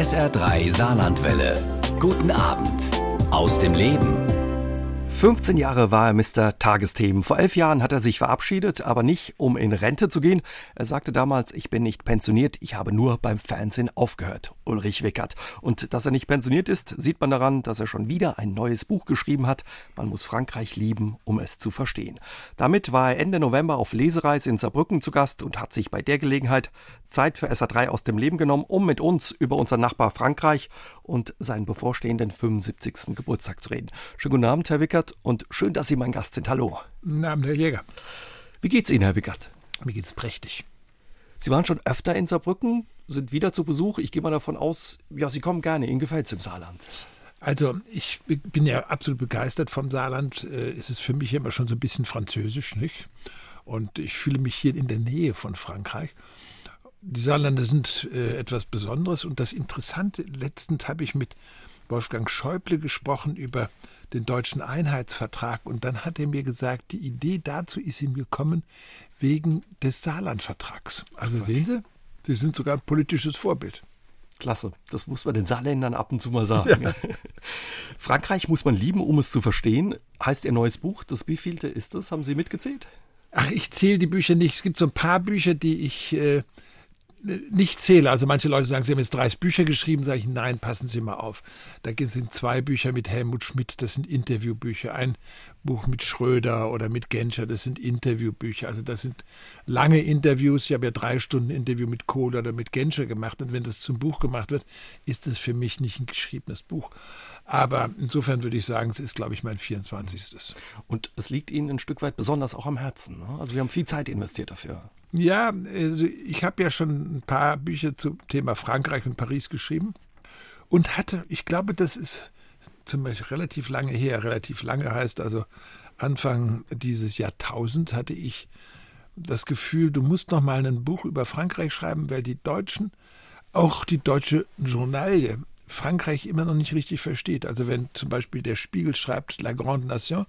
SR3 Saarlandwelle. Guten Abend aus dem Leben. 15 Jahre war er Mr. Tagesthemen. Vor 11 Jahren hat er sich verabschiedet, aber nicht, um in Rente zu gehen. Er sagte damals, ich bin nicht pensioniert, ich habe nur beim Fernsehen aufgehört. Ulrich Wickert. Und dass er nicht pensioniert ist, sieht man daran, dass er schon wieder ein neues Buch geschrieben hat. Man muss Frankreich lieben, um es zu verstehen. Damit war er Ende November auf Lesereise in Saarbrücken zu Gast und hat sich bei der Gelegenheit Zeit für SR3 aus dem Leben genommen, um mit uns über unseren Nachbar Frankreich und seinen bevorstehenden 75. Geburtstag zu reden. Schönen guten Abend, Herr Wickert, und schön, dass Sie mein Gast sind. Hallo. Guten Abend, Herr Jäger. Wie geht's Ihnen, Herr Wickert? Mir geht's prächtig. Sie waren schon öfter in Saarbrücken, sind wieder zu Besuch. Ich gehe mal davon aus, ja, Sie kommen gerne. Ihnen gefällt's im Saarland. Also ich bin ja absolut begeistert vom Saarland. Es ist für mich immer schon so ein bisschen französisch, nicht? Und ich fühle mich hier in der Nähe von Frankreich. Die Saarländer sind etwas Besonderes. Und das Interessante, letztens habe ich mit Wolfgang Schäuble gesprochen über den deutschen Einheitsvertrag. Und dann hat er mir gesagt, die Idee dazu ist ihm gekommen wegen des Saarlandvertrags. Also sehen Sie, Sie sind sogar ein politisches Vorbild. Klasse, das muss man den Saarländern ab und zu mal sagen. Ja. Frankreich muss man lieben, um es zu verstehen, heißt Ihr neues Buch. Das wievielte ist das? Haben Sie mitgezählt? Ach, ich zähle die Bücher nicht. Es gibt so ein paar Bücher, die ich nicht zähle. Also manche Leute sagen, sie haben jetzt 30 Bücher geschrieben, sage ich, nein, passen Sie mal auf. Da sind 2 Bücher mit Helmut Schmidt, das sind Interviewbücher. Ein Buch mit Schröder oder mit Genscher, das sind Interviewbücher. Also das sind lange Interviews. Ich habe ja 3 Stunden Interview mit Kohl oder mit Genscher gemacht. Und wenn das zum Buch gemacht wird, ist es für mich nicht ein geschriebenes Buch. Aber insofern würde ich sagen, es ist, glaube ich, mein 24. Und es liegt Ihnen ein Stück weit besonders auch am Herzen, ne? Also Sie haben viel Zeit investiert dafür. Ja, also ich habe ja schon ein paar Bücher zum Thema Frankreich und Paris geschrieben und hatte, ich glaube, das ist zum Beispiel relativ lange her. Relativ lange heißt also Anfang dieses Jahrtausends hatte ich das Gefühl, du musst noch mal ein Buch über Frankreich schreiben, weil die Deutschen, auch die deutsche Journalie, Frankreich immer noch nicht richtig versteht. Also wenn zum Beispiel der Spiegel schreibt La Grande Nation,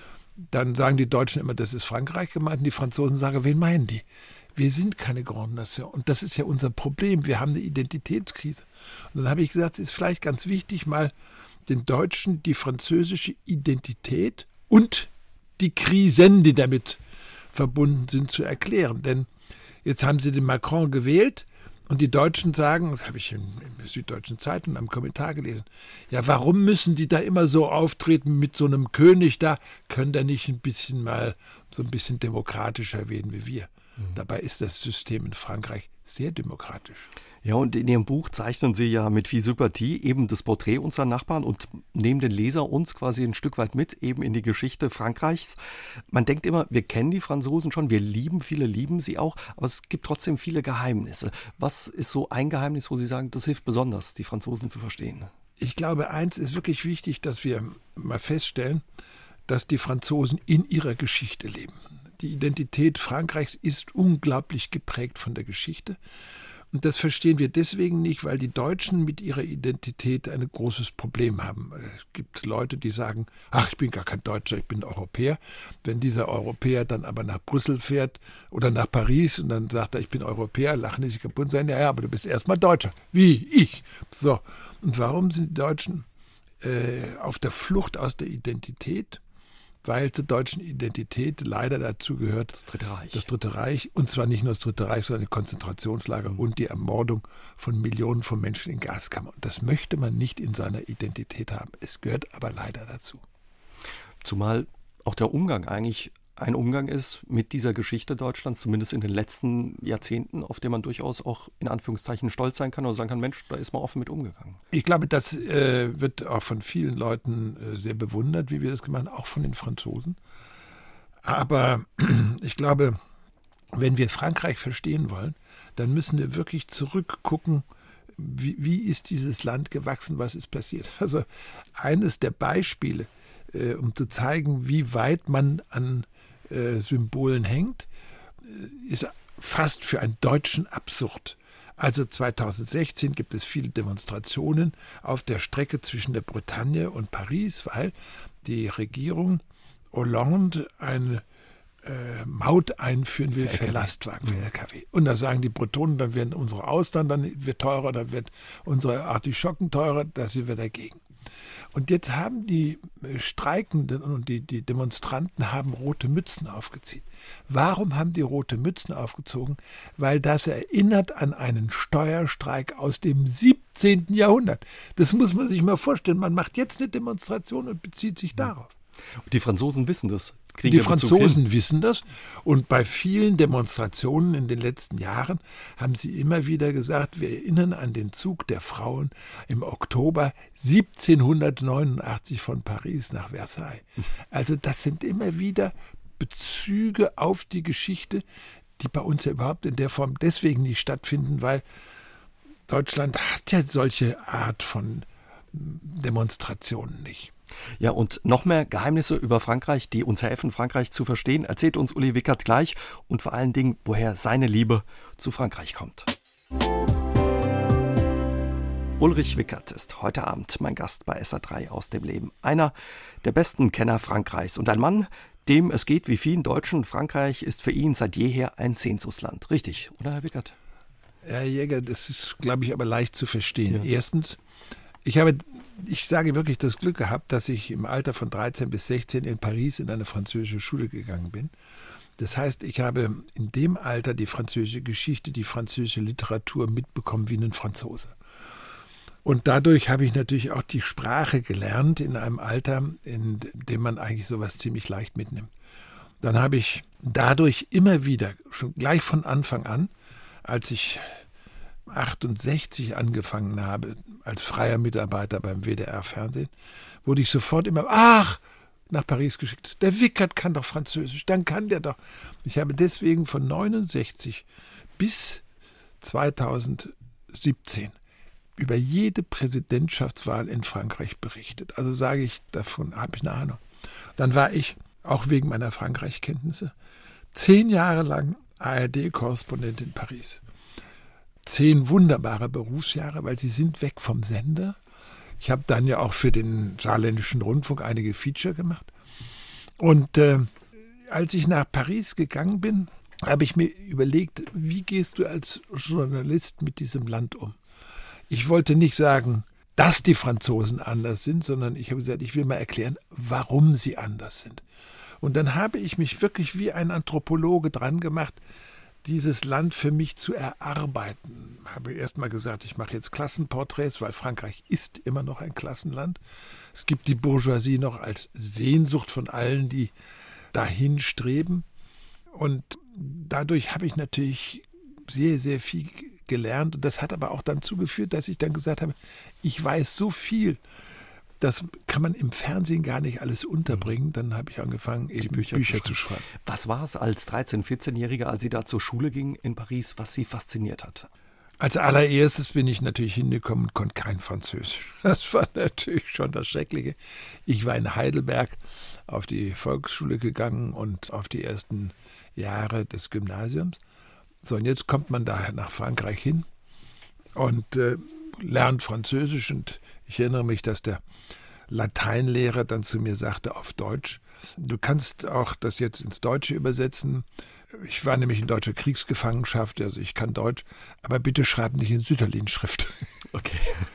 dann sagen die Deutschen immer, das ist Frankreich gemeint, und die Franzosen sagen, wen meinen die? Wir sind keine Grande Nation. Und das ist ja unser Problem. Wir haben eine Identitätskrise. Und dann habe ich gesagt, es ist vielleicht ganz wichtig, mal den Deutschen die französische Identität und die Krisen, die damit verbunden sind, zu erklären. Denn jetzt haben sie den Macron gewählt. Und die Deutschen sagen, das habe ich in der Süddeutschen Zeitung am Kommentar gelesen, ja, warum müssen die da immer so auftreten mit so einem König da? Können der nicht ein bisschen demokratischer werden wie wir? Dabei ist das System in Frankreich sehr demokratisch. Ja, und in Ihrem Buch zeichnen Sie ja mit viel Sympathie eben das Porträt unserer Nachbarn und nehmen den Leser uns quasi ein Stück weit mit, eben in die Geschichte Frankreichs. Man denkt immer, wir kennen die Franzosen schon, viele lieben sie auch, aber es gibt trotzdem viele Geheimnisse. Was ist so ein Geheimnis, wo Sie sagen, das hilft besonders, die Franzosen zu verstehen? Ich glaube, eins ist wirklich wichtig, dass wir mal feststellen, dass die Franzosen in ihrer Geschichte leben. Die Identität Frankreichs ist unglaublich geprägt von der Geschichte. Und das verstehen wir deswegen nicht, weil die Deutschen mit ihrer Identität ein großes Problem haben. Es gibt Leute, die sagen, ach, ich bin gar kein Deutscher, ich bin Europäer. Wenn dieser Europäer dann aber nach Brüssel fährt oder nach Paris und dann sagt er, ich bin Europäer, lachen die sich kaputt und sagen, ja, aber du bist erstmal Deutscher, wie ich. So, und warum sind die Deutschen auf der Flucht aus der Identität? Weil zur deutschen Identität leider dazu gehört das Dritte Reich. Das Dritte Reich. Und zwar nicht nur das Dritte Reich, sondern die Konzentrationslager und die Ermordung von Millionen von Menschen in Gaskammern. Und das möchte man nicht in seiner Identität haben. Es gehört aber leider dazu. Zumal auch der Umgang eigentlich ein Umgang ist mit dieser Geschichte Deutschlands, zumindest in den letzten Jahrzehnten, auf den man durchaus auch in Anführungszeichen stolz sein kann oder sagen kann, Mensch, da ist man offen mit umgegangen. Ich glaube, das wird auch von vielen Leuten sehr bewundert, wie wir das gemacht haben, auch von den Franzosen. Aber ich glaube, wenn wir Frankreich verstehen wollen, dann müssen wir wirklich zurückgucken, wie ist dieses Land gewachsen, was ist passiert. Also eines der Beispiele, um zu zeigen, wie weit man an Symbolen hängt, ist fast für einen deutschen Absurd. Also 2016 gibt es viele Demonstrationen auf der Strecke zwischen der Bretagne und Paris, weil die Regierung Hollande ein Maut einführen will für Lastwagen, für LKW. Und da sagen die Bretonen, dann werden unsere Austern dann wird teurer, dann wird unsere Artischocken teurer, da sind wir dagegen. Und jetzt haben die Streikenden und die Demonstranten haben rote Mützen aufgezogen. Warum haben die rote Mützen aufgezogen? Weil das erinnert an einen Steuerstreik aus dem 17. Jahrhundert. Das muss man sich mal vorstellen. Man macht jetzt eine Demonstration und bezieht sich darauf. Und die Franzosen wissen das. Die Franzosen wissen das. Und bei vielen Demonstrationen in den letzten Jahren haben sie immer wieder gesagt, wir erinnern an den Zug der Frauen im Oktober 1789 von Paris nach Versailles. Also das sind immer wieder Bezüge auf die Geschichte, die bei uns ja überhaupt in der Form deswegen nicht stattfinden, weil Deutschland hat ja solche Art von Demonstrationen nicht. Ja, und noch mehr Geheimnisse über Frankreich, die uns helfen, Frankreich zu verstehen, erzählt uns Uli Wickert gleich und vor allen Dingen, woher seine Liebe zu Frankreich kommt. Ulrich Wickert ist heute Abend mein Gast bei SA3 aus dem Leben. Einer der besten Kenner Frankreichs und ein Mann, dem es geht wie vielen Deutschen. Frankreich ist für ihn seit jeher ein Sehnsuchtsland. Richtig, oder Herr Wickert? Herr Jäger, das ist, glaube ich, aber leicht zu verstehen. Ja. Erstens, ich sage wirklich das Glück gehabt, dass ich im Alter von 13 bis 16 in Paris in eine französische Schule gegangen bin. Das heißt, ich habe in dem Alter die französische Geschichte, die französische Literatur mitbekommen wie ein Franzose. Und dadurch habe ich natürlich auch die Sprache gelernt in einem Alter, in dem man eigentlich sowas ziemlich leicht mitnimmt. Dann habe ich dadurch immer wieder, schon gleich von Anfang an, als ich 68 angefangen habe, als freier Mitarbeiter beim WDR-Fernsehen, wurde ich sofort immer, nach Paris geschickt. Der Wickert kann doch Französisch, dann kann der doch. Ich habe deswegen von 69 bis 2017 über jede Präsidentschaftswahl in Frankreich berichtet. Also sage ich, davon habe ich eine Ahnung. Dann war ich, auch wegen meiner Frankreich-Kenntnisse, 10 Jahre lang ARD-Korrespondent in Paris. 10 wunderbare Berufsjahre, weil sie sind weg vom Sender. Ich habe dann ja auch für den Saarländischen Rundfunk einige Feature gemacht. Und als ich nach Paris gegangen bin, habe ich mir überlegt, wie gehst du als Journalist mit diesem Land um? Ich wollte nicht sagen, dass die Franzosen anders sind, sondern ich habe gesagt, ich will mal erklären, warum sie anders sind. Und dann habe ich mich wirklich wie ein Anthropologe dran gemacht, dieses Land für mich zu erarbeiten. Ich habe erst mal gesagt, ich mache jetzt Klassenporträts, weil Frankreich ist immer noch ein Klassenland. Es gibt die Bourgeoisie noch als Sehnsucht von allen, die dahin streben. Und dadurch habe ich natürlich sehr, sehr viel gelernt. Und das hat aber auch dann zugeführt, dass ich dann gesagt habe, ich weiß so viel, das kann man im Fernsehen gar nicht alles unterbringen. Dann habe ich angefangen, eben Bücher zu schreiben. Was war es als 13-, 14-Jähriger, als Sie da zur Schule gingen in Paris, was Sie fasziniert hat? Als allererstes bin ich natürlich hingekommen und konnte kein Französisch. Das war natürlich schon das Schreckliche. Ich war in Heidelberg auf die Volksschule gegangen und auf die ersten Jahre des Gymnasiums. So, und jetzt kommt man da nach Frankreich hin und lernt Französisch. Und ich erinnere mich, dass der Lateinlehrer dann zu mir sagte auf Deutsch, du kannst auch das jetzt ins Deutsche übersetzen. Ich war nämlich in deutscher Kriegsgefangenschaft, also ich kann Deutsch, aber bitte schreib nicht in Sütterlin-Schrift. Okay.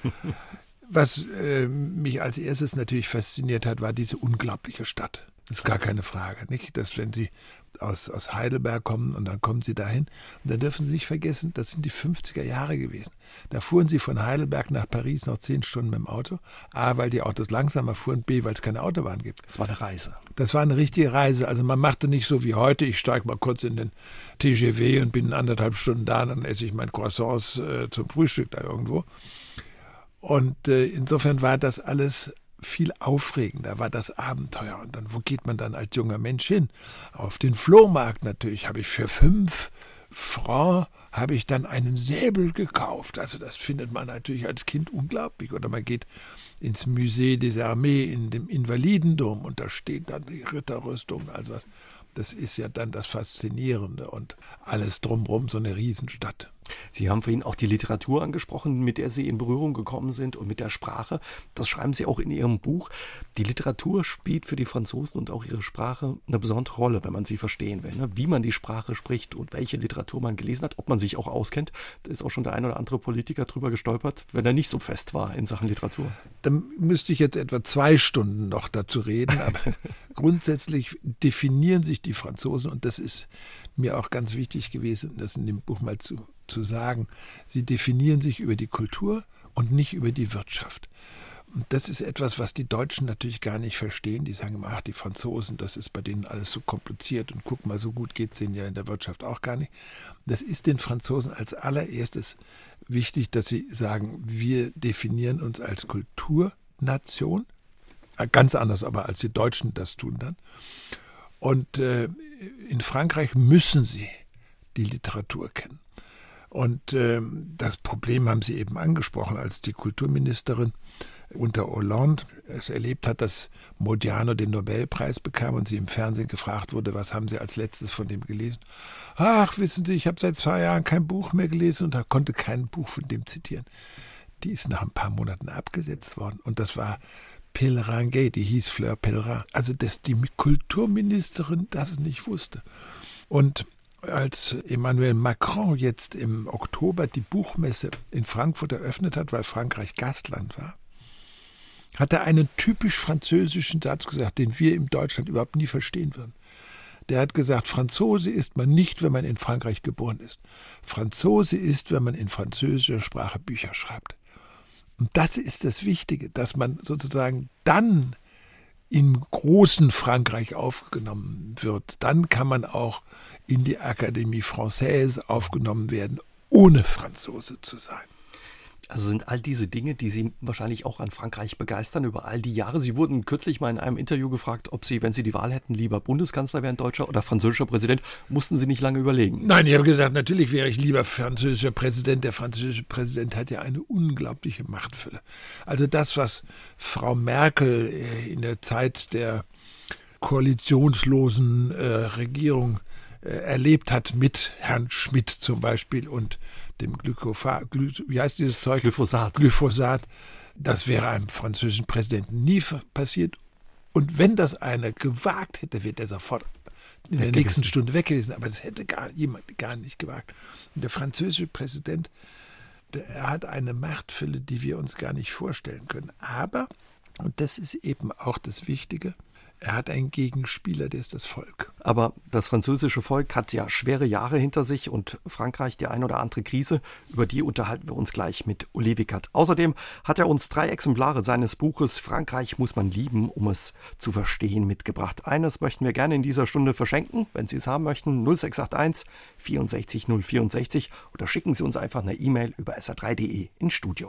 Was mich als erstes natürlich fasziniert hat, war diese unglaubliche Stadt. Das ist gar keine Frage, nicht? Dass wenn Sie aus Heidelberg kommen und dann kommen Sie dahin, und dann dürfen Sie nicht vergessen, das sind die 50er Jahre gewesen. Da fuhren Sie von Heidelberg nach Paris noch 10 Stunden mit dem Auto. A, weil die Autos langsamer fuhren, B, weil es keine Autobahn gibt. Das war eine Reise. Das war eine richtige Reise. Also man machte nicht so wie heute, ich steige mal kurz in den TGV und bin 1,5 Stunden da, dann esse ich mein Croissants zum Frühstück da irgendwo. Und insofern war das alles viel aufregender, war das Abenteuer. Und dann, wo geht man dann als junger Mensch hin? Auf den Flohmarkt natürlich. Habe ich für 5 Francs habe ich dann einen Säbel gekauft. Also das findet man natürlich als Kind unglaublich. Oder man geht ins Musée des Armées in dem Invalidendom und da steht dann die Ritterrüstung. Also das ist ja dann das Faszinierende und alles drumherum so eine Riesenstadt. Sie haben vorhin auch die Literatur angesprochen, mit der Sie in Berührung gekommen sind und mit der Sprache. Das schreiben Sie auch in Ihrem Buch. Die Literatur spielt für die Franzosen und auch ihre Sprache eine besondere Rolle, wenn man sie verstehen will. Ne? Wie man die Sprache spricht und welche Literatur man gelesen hat, ob man sich auch auskennt. Da ist auch schon der ein oder andere Politiker drüber gestolpert, wenn er nicht so fest war in Sachen Literatur. Dann müsste ich jetzt etwa 2 Stunden noch dazu reden, aber grundsätzlich definieren sich die Franzosen, und das ist mir auch ganz wichtig gewesen, das in dem Buch mal zu sagen, sie definieren sich über die Kultur und nicht über die Wirtschaft. Und das ist etwas, was die Deutschen natürlich gar nicht verstehen. Die sagen immer, ach, die Franzosen, das ist bei denen alles so kompliziert und guck mal, so gut geht es denen ja in der Wirtschaft auch gar nicht. Das ist den Franzosen als allererstes wichtig, dass sie sagen, wir definieren uns als Kulturnation, ganz anders aber als die Deutschen das tun dann. Und in Frankreich müssen sie die Literatur kennen. Und das Problem haben Sie eben angesprochen, als die Kulturministerin unter Hollande es erlebt hat, dass Modiano den Nobelpreis bekam und sie im Fernsehen gefragt wurde, was haben Sie als letztes von dem gelesen? Ach, wissen Sie, ich habe seit 2 Jahren kein Buch mehr gelesen und konnte kein Buch von dem zitieren. Die ist nach ein paar Monaten abgesetzt worden und das war Pellerin Gay, die hieß Fleur Pellerin. Also, dass die Kulturministerin das nicht wusste. Und als Emmanuel Macron jetzt im Oktober die Buchmesse in Frankfurt eröffnet hat, weil Frankreich Gastland war, hat er einen typisch französischen Satz gesagt, den wir in Deutschland überhaupt nie verstehen würden. Der hat gesagt, Franzose ist man nicht, wenn man in Frankreich geboren ist. Franzose ist, wenn man in französischer Sprache Bücher schreibt. Und das ist das Wichtige, dass man sozusagen dann im großen Frankreich aufgenommen wird. Dann kann man auch in die Académie Française aufgenommen werden, ohne Franzose zu sein. Also sind all diese Dinge, die Sie wahrscheinlich auch an Frankreich begeistern über all die Jahre. Sie wurden kürzlich mal in einem Interview gefragt, ob Sie, wenn Sie die Wahl hätten, lieber Bundeskanzler wären, Deutscher oder französischer Präsident. Mussten Sie nicht lange überlegen? Nein, ich habe gesagt, natürlich wäre ich lieber französischer Präsident. Der französische Präsident hat ja eine unglaubliche Machtfülle. Also das, was Frau Merkel in der Zeit der koalitionslosen Regierung erlebt hat mit Herrn Schmidt zum Beispiel und dem wie heißt dieses Zeug? Glyphosat. Das wäre einem französischen Präsidenten nie passiert. Und wenn das einer gewagt hätte, wäre der sofort in der nächsten Stunde weg gewesen. Aber das hätte jemand gar nicht gewagt. Und der französische Präsident, er hat eine Machtfülle, die wir uns gar nicht vorstellen können. Aber, und das ist eben auch das Wichtige, er hat einen Gegenspieler, der ist das Volk. Aber das französische Volk hat ja schwere Jahre hinter sich und Frankreich die ein oder andere Krise. Über die unterhalten wir uns gleich mit Uli Wickert. Außerdem hat er uns 3 Exemplare seines Buches Frankreich muss man lieben, um es zu verstehen, mitgebracht. Eines möchten wir gerne in dieser Stunde verschenken. Wenn Sie es haben möchten, 0681 64 064 oder schicken Sie uns einfach eine E-Mail über sr3.de ins Studio.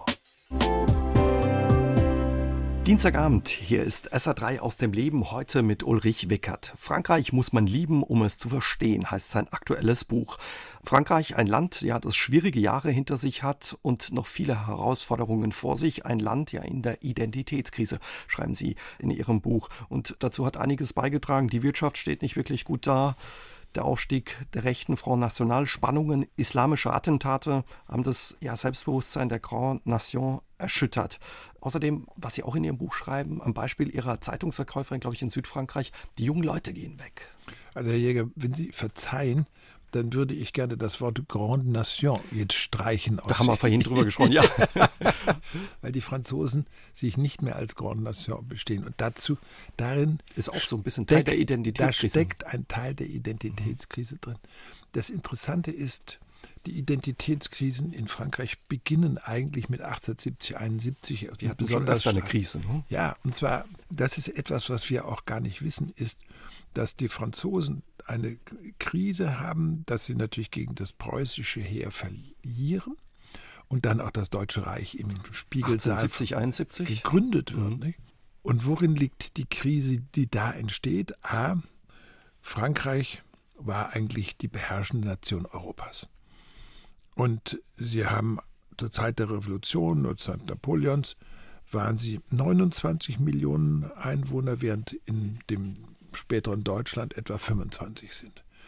Dienstagabend, hier ist SR3 aus dem Leben, heute mit Ulrich Wickert. Frankreich muss man lieben, um es zu verstehen, heißt sein aktuelles Buch. Frankreich, ein Land, ja, das schwierige Jahre hinter sich hat und noch viele Herausforderungen vor sich. Ein Land, ja, in der Identitätskrise, schreiben Sie in Ihrem Buch. Und dazu hat einiges beigetragen. Die Wirtschaft steht nicht wirklich gut da. Der Aufstieg der rechten Front National, Spannungen, islamische Attentate haben das Selbstbewusstsein der Grand Nation erschüttert. Außerdem, was Sie auch in Ihrem Buch schreiben, am Beispiel Ihrer Zeitungsverkäuferin, glaube ich, in Südfrankreich, die jungen Leute gehen weg. Also Herr Jäger, wenn Sie verzeihen, dann würde ich gerne das Wort Grande Nation jetzt streichen. Da haben wir vorhin drüber gesprochen, ja. Weil die Franzosen sich nicht mehr als Grande Nation bestehen. Und darin ist auch so ein bisschen Teil der Identitätskrise. Da steckt ein Teil der Identitätskrise drin. Das Interessante ist, die Identitätskrisen in Frankreich beginnen eigentlich mit 1870, 71. Die hatten besonders schon öfter eine Krise. Ne? Ja, und zwar, das ist etwas, was wir auch gar nicht wissen, ist, dass die Franzosen eine Krise haben, dass sie natürlich gegen das preußische Heer verlieren und dann auch das Deutsche Reich im Spiegelsaal 1870, 71 gegründet wird. Nicht? Und worin liegt die Krise, die da entsteht? A, Frankreich war eigentlich die beherrschende Nation Europas. Und sie haben zur Zeit der Revolution und zur Zeit Napoleons waren sie 29 Millionen Einwohner, während in dem späteren Deutschland etwa 25 sind.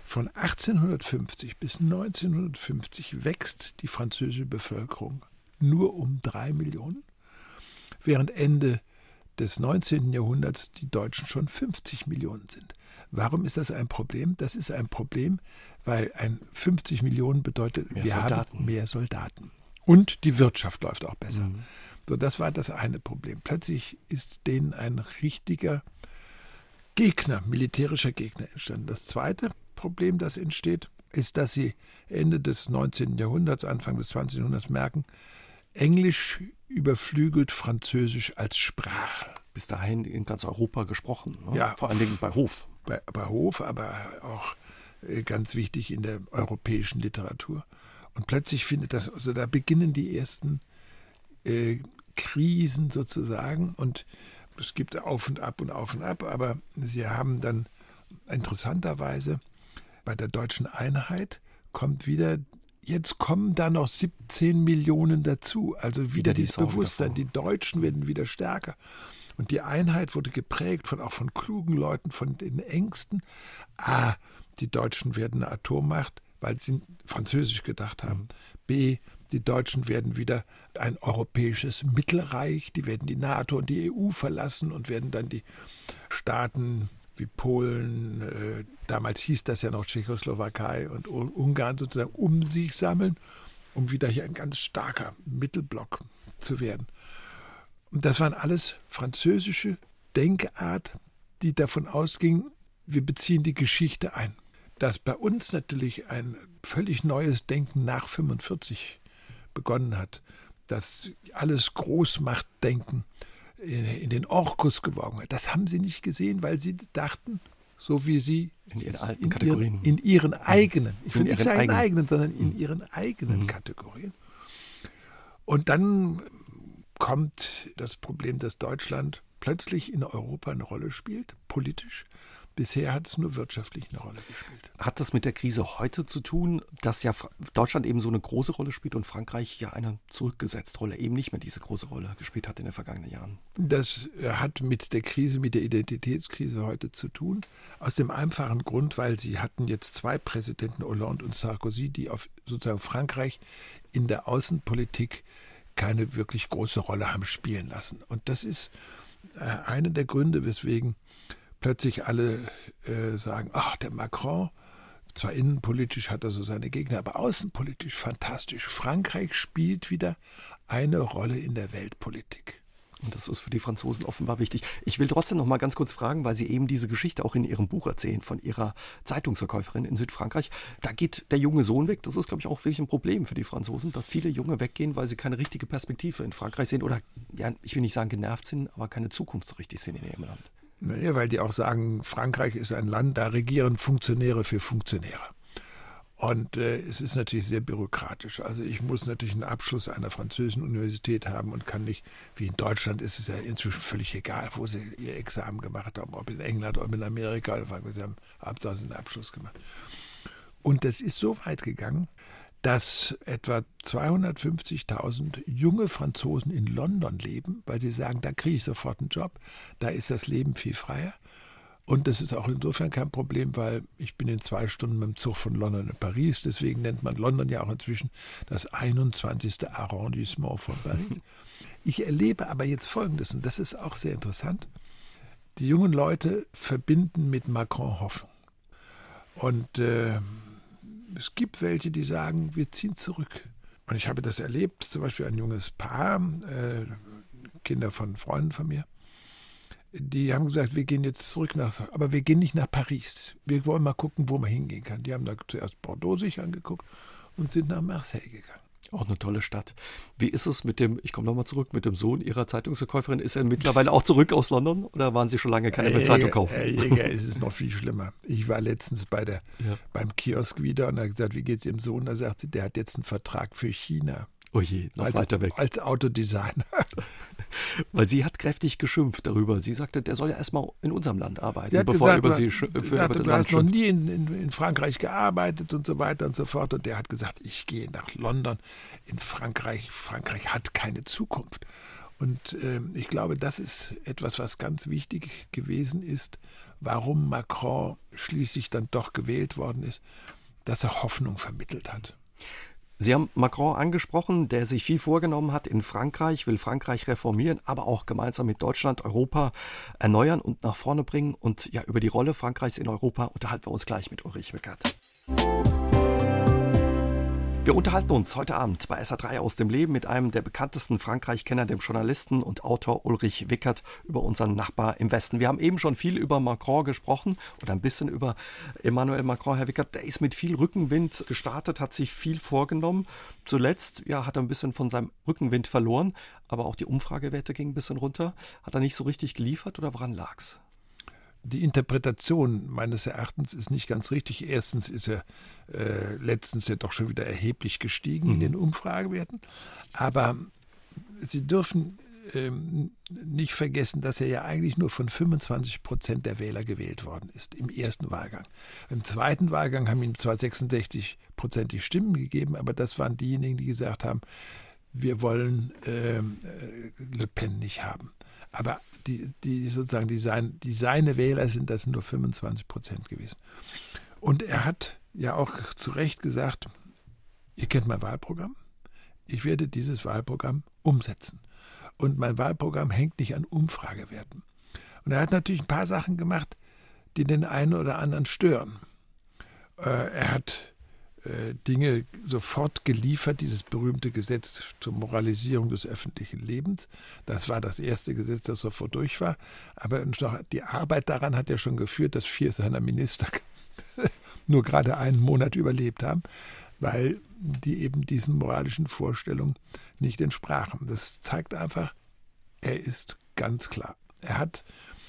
Von 1850 bis 1950 wächst die französische Bevölkerung nur um 3 Millionen, während Ende des 19. Jahrhunderts die Deutschen schon 50 Millionen sind. Warum ist das ein Problem? Das ist ein Problem, weil 50 Millionen bedeutet, wir haben mehr Soldaten. Und die Wirtschaft läuft auch besser. Mhm. So, das war das eine Problem. Plötzlich ist denen ein richtiger Gegner, militärischer Gegner entstanden. Das zweite Problem, das entsteht, ist, dass sie Ende des 19. Jahrhunderts, Anfang des 20. Jahrhunderts merken, Englisch überflügelt Französisch als Sprache. Bis dahin in ganz Europa gesprochen, ne? Ja, vor allen Dingen bei Hof. Bei Hof, aber auch ganz wichtig in der europäischen Literatur. Und plötzlich findet das, also da beginnen die ersten Krisen sozusagen, und es gibt Auf und Ab und Auf und Ab, aber sie haben dann interessanterweise bei der deutschen Einheit jetzt kommen da noch 17 Millionen dazu, also wieder dieses Bewusstsein, die Deutschen werden wieder stärker. Und die Einheit wurde geprägt auch von klugen Leuten, von den Ängsten. Die Deutschen werden eine Atommacht, weil sie französisch gedacht haben. B, die Deutschen werden wieder ein europäisches Mittelreich, die werden die NATO und die EU verlassen und werden dann die Staaten wie Polen, damals hieß das ja noch Tschechoslowakei und Ungarn sozusagen um sich sammeln, um wieder hier ein ganz starker Mittelblock zu werden. Und das waren alles französische Denkart, die davon ausging, wir beziehen die Geschichte ein. Dass bei uns natürlich ein völlig neues Denken nach 1945 begonnen hat, dass alles Großmachtdenken in den Orkus geworfen hat, das haben sie nicht gesehen, weil sie dachten, so wie sie in ihren alten Kategorien. In ihren eigenen, ich will nicht sagen eigenen, sondern in ihren eigenen Kategorien. Und dann kommt das Problem, dass Deutschland plötzlich in Europa eine Rolle spielt, politisch. Bisher hat es nur wirtschaftlich eine Rolle gespielt. Hat das mit der Krise heute zu tun, dass ja Deutschland eben so eine große Rolle spielt und Frankreich ja eine zurückgesetzte Rolle, eben nicht mehr diese große Rolle gespielt hat in den vergangenen Jahren? Das hat mit der Krise, mit der Identitätskrise heute zu tun. Aus dem einfachen Grund, weil sie hatten jetzt 2 Präsidenten, Hollande und Sarkozy, die auf sozusagen Frankreich in der Außenpolitik keine wirklich große Rolle haben spielen lassen. Und das ist einer der Gründe, weswegen plötzlich alle sagen, der Macron, zwar innenpolitisch hat er so seine Gegner, aber außenpolitisch fantastisch. Frankreich spielt wieder eine Rolle in der Weltpolitik. Und das ist für die Franzosen offenbar wichtig. Ich will trotzdem noch mal ganz kurz fragen, weil Sie eben diese Geschichte auch in Ihrem Buch erzählen, von Ihrer Zeitungsverkäuferin in Südfrankreich. Da geht der junge Sohn weg. Das ist, glaube ich, auch wirklich ein Problem für die Franzosen, dass viele Junge weggehen, weil sie keine richtige Perspektive in Frankreich sehen oder, ja, ich will nicht sagen genervt sind, aber keine Zukunft so richtig sehen in ihrem Land. Naja, weil die auch sagen, Frankreich ist ein Land, da regieren Funktionäre für Funktionäre. Und es ist natürlich sehr bürokratisch. Also ich muss natürlich einen Abschluss einer französischen Universität haben und kann nicht, wie in Deutschland ist es ja inzwischen völlig egal, wo sie ihr Examen gemacht haben, ob in England oder in Amerika. Sie haben Hauptsache einen Abschluss gemacht. Und das ist so weit gegangen, dass etwa 250.000 junge Franzosen in London leben, weil sie sagen, da kriege ich sofort einen Job, da ist das Leben viel freier. Und das ist auch insofern kein Problem, weil ich bin in 2 Stunden mit dem Zug von London in Paris. Deswegen nennt man London ja auch inzwischen das 21. Arrondissement von Paris. Ich erlebe aber jetzt Folgendes, und das ist auch sehr interessant. Die jungen Leute verbinden mit Macron Hoffnung. Und es gibt welche, die sagen, wir ziehen zurück. Und ich habe das erlebt, zum Beispiel ein junges Paar, Kinder von Freunden von mir, die haben gesagt, wir gehen jetzt zurück aber wir gehen nicht nach Paris. Wir wollen mal gucken, wo man hingehen kann. Die haben da zuerst Bordeaux sich angeguckt und sind nach Marseille gegangen. Auch eine tolle Stadt. Wie ist es ich komme nochmal zurück, mit dem Sohn Ihrer Zeitungsverkäuferin? Ist er mittlerweile auch zurück aus London oder waren Sie schon lange keine mehr Zeitung kaufen? Herr Jäger, es ist noch viel schlimmer. Ich war letztens beim Kiosk wieder und habe gesagt, wie geht es Ihrem Sohn? Da sagt sie, der hat jetzt einen Vertrag für China. Oh je, noch weiter weg. Als Autodesigner. Weil sie hat kräftig geschimpft darüber. Sie sagte, der soll ja erstmal in unserem Land arbeiten, bevor er über sie für das Land du hast noch nie in Frankreich gearbeitet und so weiter und so fort. Und der hat gesagt, ich gehe nach London in Frankreich. Frankreich hat keine Zukunft. Und ich glaube, das ist etwas, was ganz wichtig gewesen ist, warum Macron schließlich dann doch gewählt worden ist, dass er Hoffnung vermittelt hat. Sie haben Macron angesprochen, der sich viel vorgenommen hat in Frankreich, will Frankreich reformieren, aber auch gemeinsam mit Deutschland Europa erneuern und nach vorne bringen. Und ja, über die Rolle Frankreichs in Europa unterhalten wir uns gleich mit Ulrich Wickert. Wir unterhalten uns heute Abend bei SA3 aus dem Leben mit einem der bekanntesten Frankreich-Kenner, dem Journalisten und Autor Ulrich Wickert, über unseren Nachbar im Westen. Wir haben eben schon viel über Macron gesprochen oder ein bisschen über Emmanuel Macron. Herr Wickert, der ist mit viel Rückenwind gestartet, hat sich viel vorgenommen. Zuletzt hat er ein bisschen von seinem Rückenwind verloren, aber auch die Umfragewerte gingen ein bisschen runter. Hat er nicht so richtig geliefert oder woran lag's? Die Interpretation meines Erachtens ist nicht ganz richtig. Erstens ist er letztens ja doch schon wieder erheblich gestiegen in den Umfragewerten. Aber Sie dürfen nicht vergessen, dass er ja eigentlich nur von 25% der Wähler gewählt worden ist im ersten Wahlgang. Im zweiten Wahlgang haben ihm zwar 66% die Stimmen gegeben, aber das waren diejenigen, die gesagt haben, wir wollen Le Pen nicht haben. Aber die seine Wähler sind das nur 25% gewesen. Und er hat ja auch zu Recht gesagt, ihr kennt mein Wahlprogramm, ich werde dieses Wahlprogramm umsetzen. Und mein Wahlprogramm hängt nicht an Umfragewerten. Und er hat natürlich ein paar Sachen gemacht, die den einen oder anderen stören. Er hat Dinge sofort geliefert, dieses berühmte Gesetz zur Moralisierung des öffentlichen Lebens. Das war das erste Gesetz, das sofort durch war. Aber die Arbeit daran hat ja schon geführt, dass 4 seiner Minister nur gerade einen Monat überlebt haben, weil die eben diesen moralischen Vorstellungen nicht entsprachen. Das zeigt einfach, er ist ganz klar. Er hat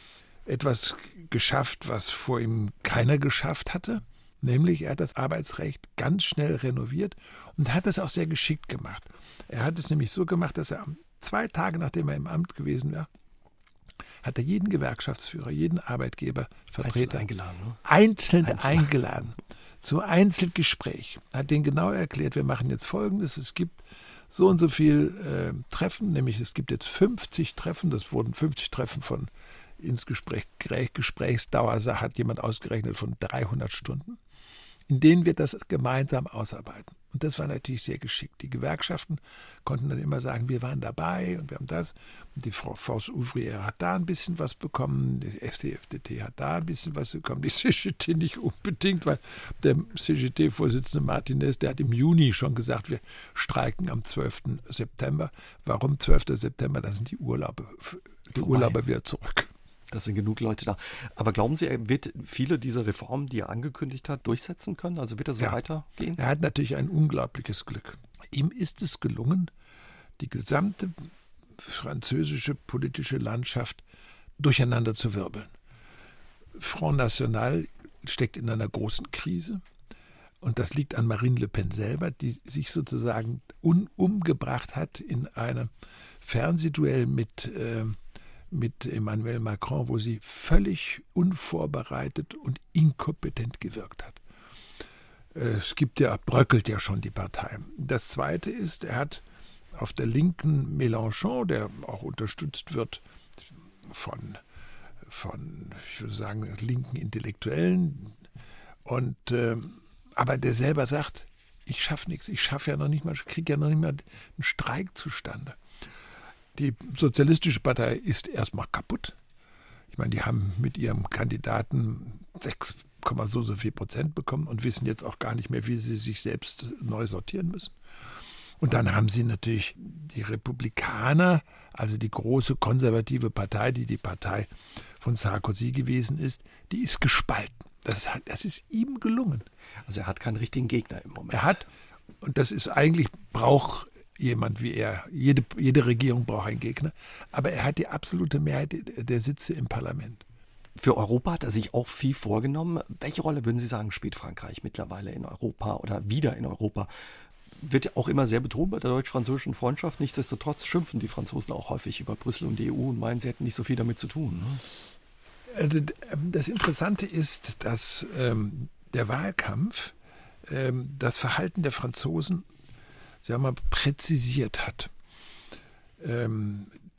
etwas geschafft, was vor ihm keiner geschafft hatte. Nämlich, er hat das Arbeitsrecht ganz schnell renoviert und hat es auch sehr geschickt gemacht. Er hat es nämlich so gemacht, dass er 2 Tage, nachdem er im Amt gewesen war, hat er jeden Gewerkschaftsführer, jeden Arbeitgebervertreter einzeln eingeladen zum Einzelgespräch. Hat denen genau erklärt, wir machen jetzt Folgendes, es gibt so und so viel Treffen, nämlich es gibt jetzt 50 Treffen, das wurden 50 Treffen von ins Gesprächsdauer, hat jemand ausgerechnet, von 300 Stunden, in denen wir das gemeinsam ausarbeiten. Und das war natürlich sehr geschickt. Die Gewerkschaften konnten dann immer sagen, wir waren dabei und wir haben das. Und die Frau Force Ouvrière hat da ein bisschen was bekommen, die FDT hat da ein bisschen was bekommen, die CGT nicht unbedingt, weil der CGT-Vorsitzende Martinez, der hat im Juni schon gesagt, wir streiken am 12. September. Warum 12. September? Da sind die Urlauber wieder zurück. Das sind genug Leute da. Aber glauben Sie, er wird viele dieser Reformen, die er angekündigt hat, durchsetzen können? Also wird er so weitergehen? Er hat natürlich ein unglaubliches Glück. Ihm ist es gelungen, die gesamte französische politische Landschaft durcheinander zu wirbeln. Front National steckt in einer großen Krise. Und das liegt an Marine Le Pen selber, die sich sozusagen umgebracht hat in einem Fernsehduell mit Emmanuel Macron, wo sie völlig unvorbereitet und inkompetent gewirkt hat. Bröckelt ja schon die Partei. Das Zweite ist, er hat auf der Linken Mélenchon, der auch unterstützt wird von ich würde sagen, linken Intellektuellen, aber der selber sagt, ich schaffe nichts, ich kriege ja noch nicht mal einen Streik zustande. Die Sozialistische Partei ist erstmal kaputt. Ich meine, die haben mit ihrem Kandidaten 6, so viel Prozent bekommen und wissen jetzt auch gar nicht mehr, wie sie sich selbst neu sortieren müssen. Und dann haben sie natürlich die Republikaner, also die große konservative Partei, die Partei von Sarkozy gewesen ist, die ist gespalten. Das ist ihm gelungen. Also er hat keinen richtigen Gegner im Moment. Er hat, und das ist eigentlich, braucht jemand wie er, jede Regierung braucht einen Gegner, aber er hat die absolute Mehrheit der Sitze im Parlament. Für Europa hat er sich auch viel vorgenommen. Welche Rolle würden Sie sagen, spielt Frankreich mittlerweile in Europa oder wieder in Europa? Wird auch immer sehr betont bei der deutsch-französischen Freundschaft. Nichtsdestotrotz schimpfen die Franzosen auch häufig über Brüssel und die EU und meinen, sie hätten nicht so viel damit zu tun. Ne? Also das Interessante ist, dass der Wahlkampf das Verhalten der Franzosen, sagen wir mal, präzisiert hat.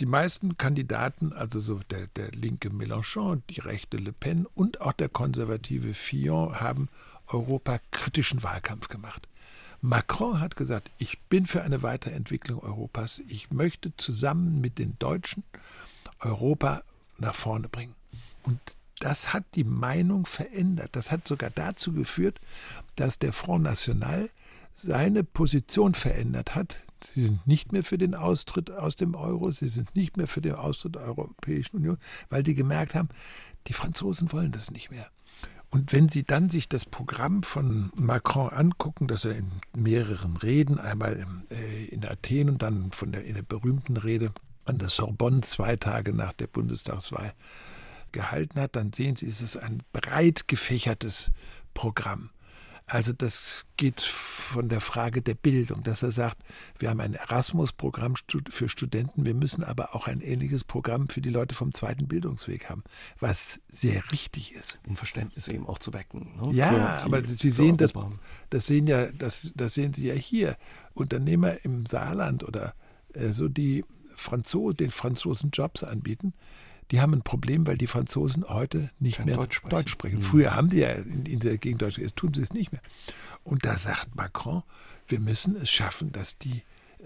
die meisten Kandidaten, also so der linke Mélenchon, die rechte Le Pen und auch der konservative Fillon, haben europakritischen Wahlkampf gemacht. Macron hat gesagt, ich bin für eine Weiterentwicklung Europas. Ich möchte zusammen mit den Deutschen Europa nach vorne bringen. Und das hat die Meinung verändert. Das hat sogar dazu geführt, dass der Front National seine Position verändert hat. Sie sind nicht mehr für den Austritt aus dem Euro, sie sind nicht mehr für den Austritt der Europäischen Union, weil die gemerkt haben, die Franzosen wollen das nicht mehr. Und wenn Sie dann sich das Programm von Macron angucken, das er in mehreren Reden, einmal in Athen und dann in der berühmten Rede an der Sorbonne 2 Tage nach der Bundestagswahl gehalten hat, dann sehen Sie, es ist ein breit gefächertes Programm. Also das geht von der Frage der Bildung, dass er sagt, wir haben ein Erasmus-Programm für Studenten, wir müssen aber auch ein ähnliches Programm für die Leute vom zweiten Bildungsweg haben, was sehr richtig ist. Um Verständnis eben auch zu wecken. Ne? Ja, aber Sie sehen das sehen Sie ja hier. Unternehmer im Saarland oder so, die den Franzosen Jobs anbieten, die haben ein Problem, weil die Franzosen heute nicht mehr Deutsch sprechen. Früher haben die ja in der Gegend Deutsch, jetzt tun sie es nicht mehr. Und da sagt Macron, wir müssen es schaffen, dass die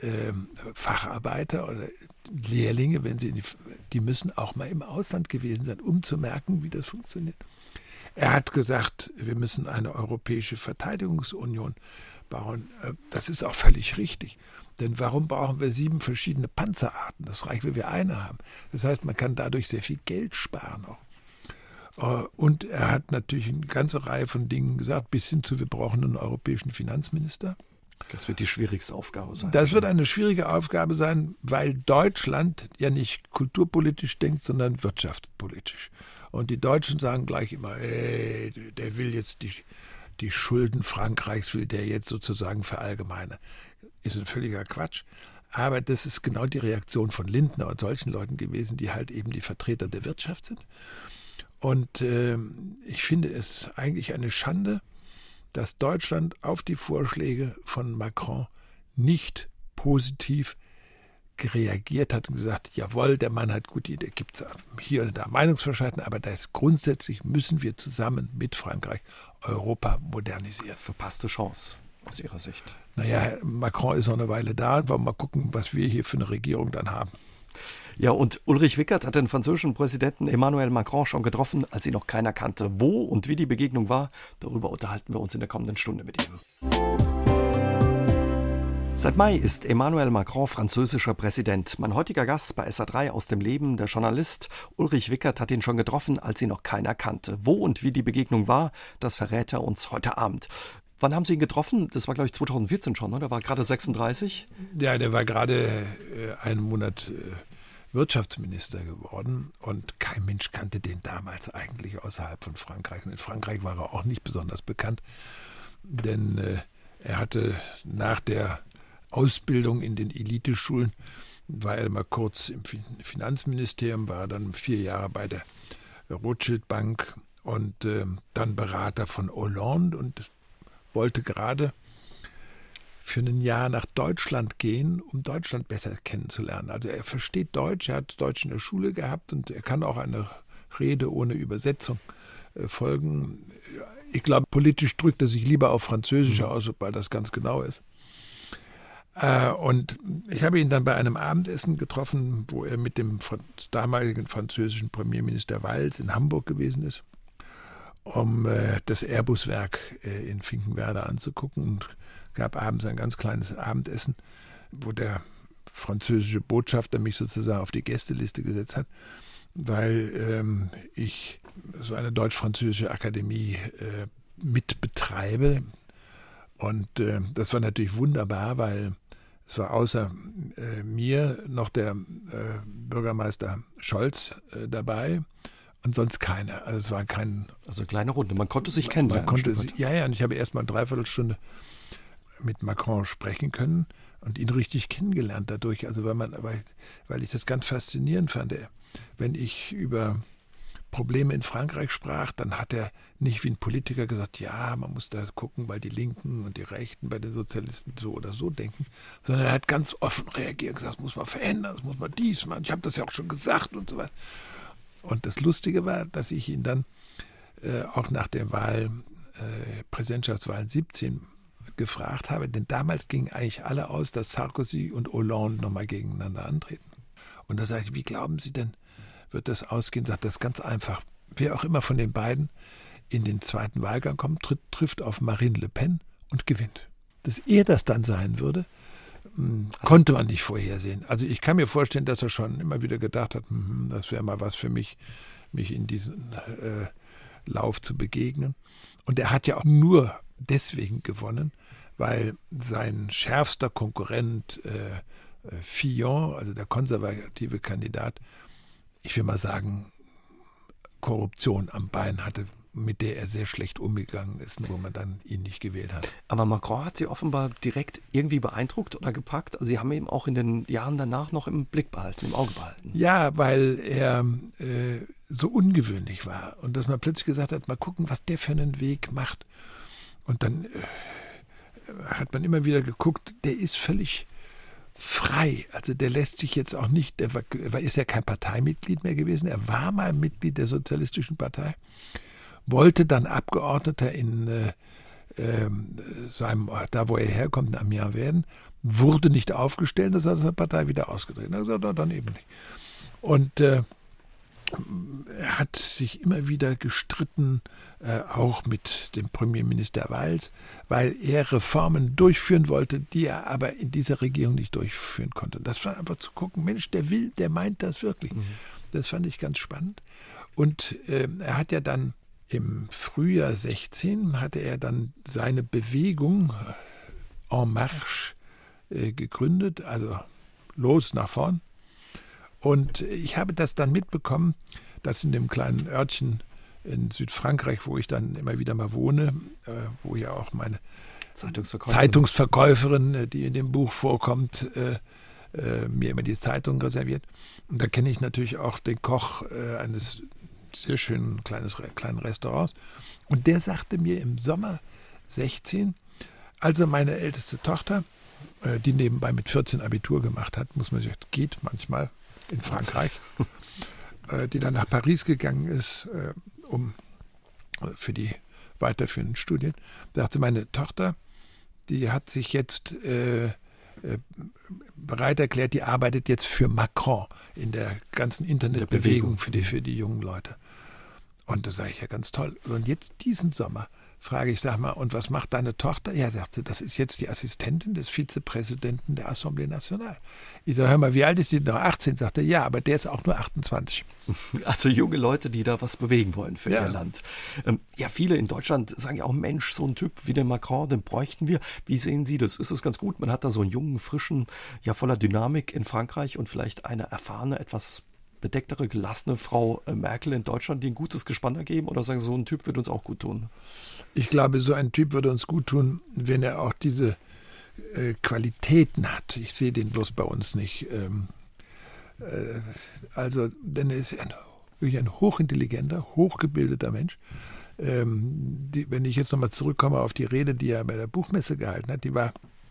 Facharbeiter oder Lehrlinge, die müssen auch mal im Ausland gewesen sein, um zu merken, wie das funktioniert. Er hat gesagt, wir müssen eine europäische Verteidigungsunion bauen. Das ist auch völlig richtig. Denn warum brauchen wir 7 verschiedene Panzerarten? Das reicht, wenn wir eine haben. Das heißt, man kann dadurch sehr viel Geld sparen auch. Und er hat natürlich eine ganze Reihe von Dingen gesagt, bis hin zu, wir brauchen einen europäischen Finanzminister. Das wird die schwierigste Aufgabe sein. Das wird eine schwierige Aufgabe sein, weil Deutschland ja nicht kulturpolitisch denkt, sondern wirtschaftspolitisch. Und die Deutschen sagen gleich immer, der will jetzt die Schulden Frankreichs, will der jetzt sozusagen verallgemeinern. Ist ein völliger Quatsch. Aber das ist genau die Reaktion von Lindner und solchen Leuten gewesen, die halt eben die Vertreter der Wirtschaft sind. Und ich finde es eigentlich eine Schande, dass Deutschland auf die Vorschläge von Macron nicht positiv reagiert hat und gesagt, jawohl, der Mann hat gute Idee, gibt es hier und da Meinungsverschiedenheiten, aber grundsätzlich müssen wir zusammen mit Frankreich Europa modernisieren. Verpasste Chance aus Ihrer Sicht. Naja, Macron ist noch eine Weile da, wollen wir mal gucken, was wir hier für eine Regierung dann haben. Ja, und Ulrich Wickert hat den französischen Präsidenten Emmanuel Macron schon getroffen, als ihn noch keiner kannte. Wo und wie die Begegnung war, darüber unterhalten wir uns in der kommenden Stunde mit ihm. Seit Mai ist Emmanuel Macron französischer Präsident. Mein heutiger Gast bei SA3 aus dem Leben, der Journalist Ulrich Wickert, hat ihn schon getroffen, als ihn noch keiner kannte. Wo und wie die Begegnung war, das verrät er uns heute Abend. Wann haben Sie ihn getroffen? Das war, glaube ich, 2014 schon, ne? Der war gerade 36. Ja, der war gerade einen Monat Wirtschaftsminister geworden und kein Mensch kannte den damals eigentlich außerhalb von Frankreich. Und in Frankreich war er auch nicht besonders bekannt, denn er hatte nach der Ausbildung in den Eliteschulen, war er mal kurz im Finanzministerium, war dann 4 Jahre bei der Rothschild Bank und dann Berater von Hollande und wollte gerade für ein Jahr nach Deutschland gehen, um Deutschland besser kennenzulernen. Also er versteht Deutsch, er hat Deutsch in der Schule gehabt und er kann auch eine Rede ohne Übersetzung folgen. Ich glaube, politisch drückt er sich lieber auf Französisch aus, weil das ganz genau ist. Und ich habe ihn dann bei einem Abendessen getroffen, wo er mit dem damaligen französischen Premierminister Valls in Hamburg gewesen ist, um das Airbus-Werk in Finkenwerder anzugucken, und gab abends ein ganz kleines Abendessen, wo der französische Botschafter mich sozusagen auf die Gästeliste gesetzt hat, weil ich so eine deutsch-französische Akademie mitbetreibe. Und das war natürlich wunderbar, weil es war außer mir noch der Bürgermeister Scholz dabei und sonst keiner. Also es war Also eine kleine Runde, man konnte sich kennenlernen. Ja, und ich habe erst mal 3/4 Stunde mit Macron sprechen können und ihn richtig kennengelernt dadurch. Also weil ich das ganz faszinierend fand. Wenn ich über Probleme in Frankreich sprach, dann hat er nicht wie ein Politiker gesagt, ja, man muss da gucken, weil die Linken und die Rechten bei den Sozialisten so oder so denken, sondern er hat ganz offen reagiert und gesagt, das muss man verändern, das muss man dies machen, ich habe das ja auch schon gesagt und so weiter. Und das Lustige war, dass ich ihn dann auch nach der Wahl, Präsidentschaftswahl 17 gefragt habe, denn damals gingen eigentlich alle aus, dass Sarkozy und Hollande nochmal gegeneinander antreten. Und da sage ich, wie glauben Sie denn, wird das ausgehen? Sagt, das ist ganz einfach. Wer auch immer von den beiden in den zweiten Wahlgang kommt, trifft auf Marine Le Pen und gewinnt. Dass er das dann sein würde, konnte man nicht vorhersehen. Also ich kann mir vorstellen, dass er schon immer wieder gedacht hat, das wäre mal was für mich in diesen Lauf zu begegnen. Und er hat ja auch nur deswegen gewonnen, weil sein schärfster Konkurrent Fillon, also der konservative Kandidat, ich will mal sagen, Korruption am Bein hatte, mit der er sehr schlecht umgegangen ist, wo man dann ihn nicht gewählt hat. Aber Macron hat Sie offenbar direkt irgendwie beeindruckt oder gepackt. Also Sie haben ihn auch in den Jahren danach noch im Blick behalten, im Auge behalten. Ja, weil er so ungewöhnlich war und dass man plötzlich gesagt hat, mal gucken, was der für einen Weg macht. Und dann hat man immer wieder geguckt, der ist völlig frei. Also der lässt sich jetzt auch nicht, ist ja kein Parteimitglied mehr gewesen, er war mal Mitglied der Sozialistischen Partei, wollte dann Abgeordneter in da wo er herkommt, in Amiens werden, wurde nicht aufgestellt, das hat seine Partei wieder ausgetreten. Also dann eben nicht. Und er hat sich immer wieder gestritten, auch mit dem Premierminister Valls, weil er Reformen durchführen wollte, die er aber in dieser Regierung nicht durchführen konnte. Das war einfach zu gucken, Mensch, der meint das wirklich. Das fand ich ganz spannend. Und er hat ja dann im Frühjahr 16 hatte er dann seine Bewegung En Marche gegründet, also los nach vorn. Und ich habe das dann mitbekommen, dass in dem kleinen Örtchen in Südfrankreich, wo ich dann immer wieder mal wohne, wo ja auch meine Zeitungsverkäuferin, die in dem Buch vorkommt, mir immer die Zeitung reserviert. Und da kenne ich natürlich auch den Koch eines sehr schönen kleinen Restaurants. Und der sagte mir im Sommer 16, also meine älteste Tochter, die nebenbei mit 14 Abitur gemacht hat, muss man sagen, geht manchmal in Frankreich, die dann nach Paris gegangen ist, für die weiterführenden Studien, sagte meine Tochter, die hat sich jetzt bereit erklärt, die arbeitet jetzt für Macron in der ganzen Internetbewegung für die jungen Leute. Und da sage ich, ja, ganz toll. Und jetzt diesen Sommer frage ich, sag mal, und was macht deine Tochter? Ja, sagt sie, das ist jetzt die Assistentin des Vizepräsidenten der Assemblée Nationale. Ich sage, hör mal, wie alt ist die? Noch 18? Sagt er, ja, aber der ist auch nur 28. Also junge Leute, die da was bewegen wollen für ihr Land. Ja, viele in Deutschland sagen ja auch, Mensch, so ein Typ wie den Macron, den bräuchten wir. Wie sehen Sie das? Ist es ganz gut? Man hat da so einen jungen, frischen, ja voller Dynamik in Frankreich und vielleicht eine erfahrene, etwas bedecktere, gelassene Frau Merkel in Deutschland, die ein gutes Gespann ergeben? Oder sagen Sie, so ein Typ würde uns auch gut tun? Ich glaube, so ein Typ würde uns gut tun, wenn er auch diese Qualitäten hat. Ich sehe den bloß bei uns nicht. Denn er ist wirklich ein hochintelligenter, hochgebildeter Mensch. Wenn ich jetzt nochmal zurückkomme auf die Rede, die er bei der Buchmesse gehalten hat, die war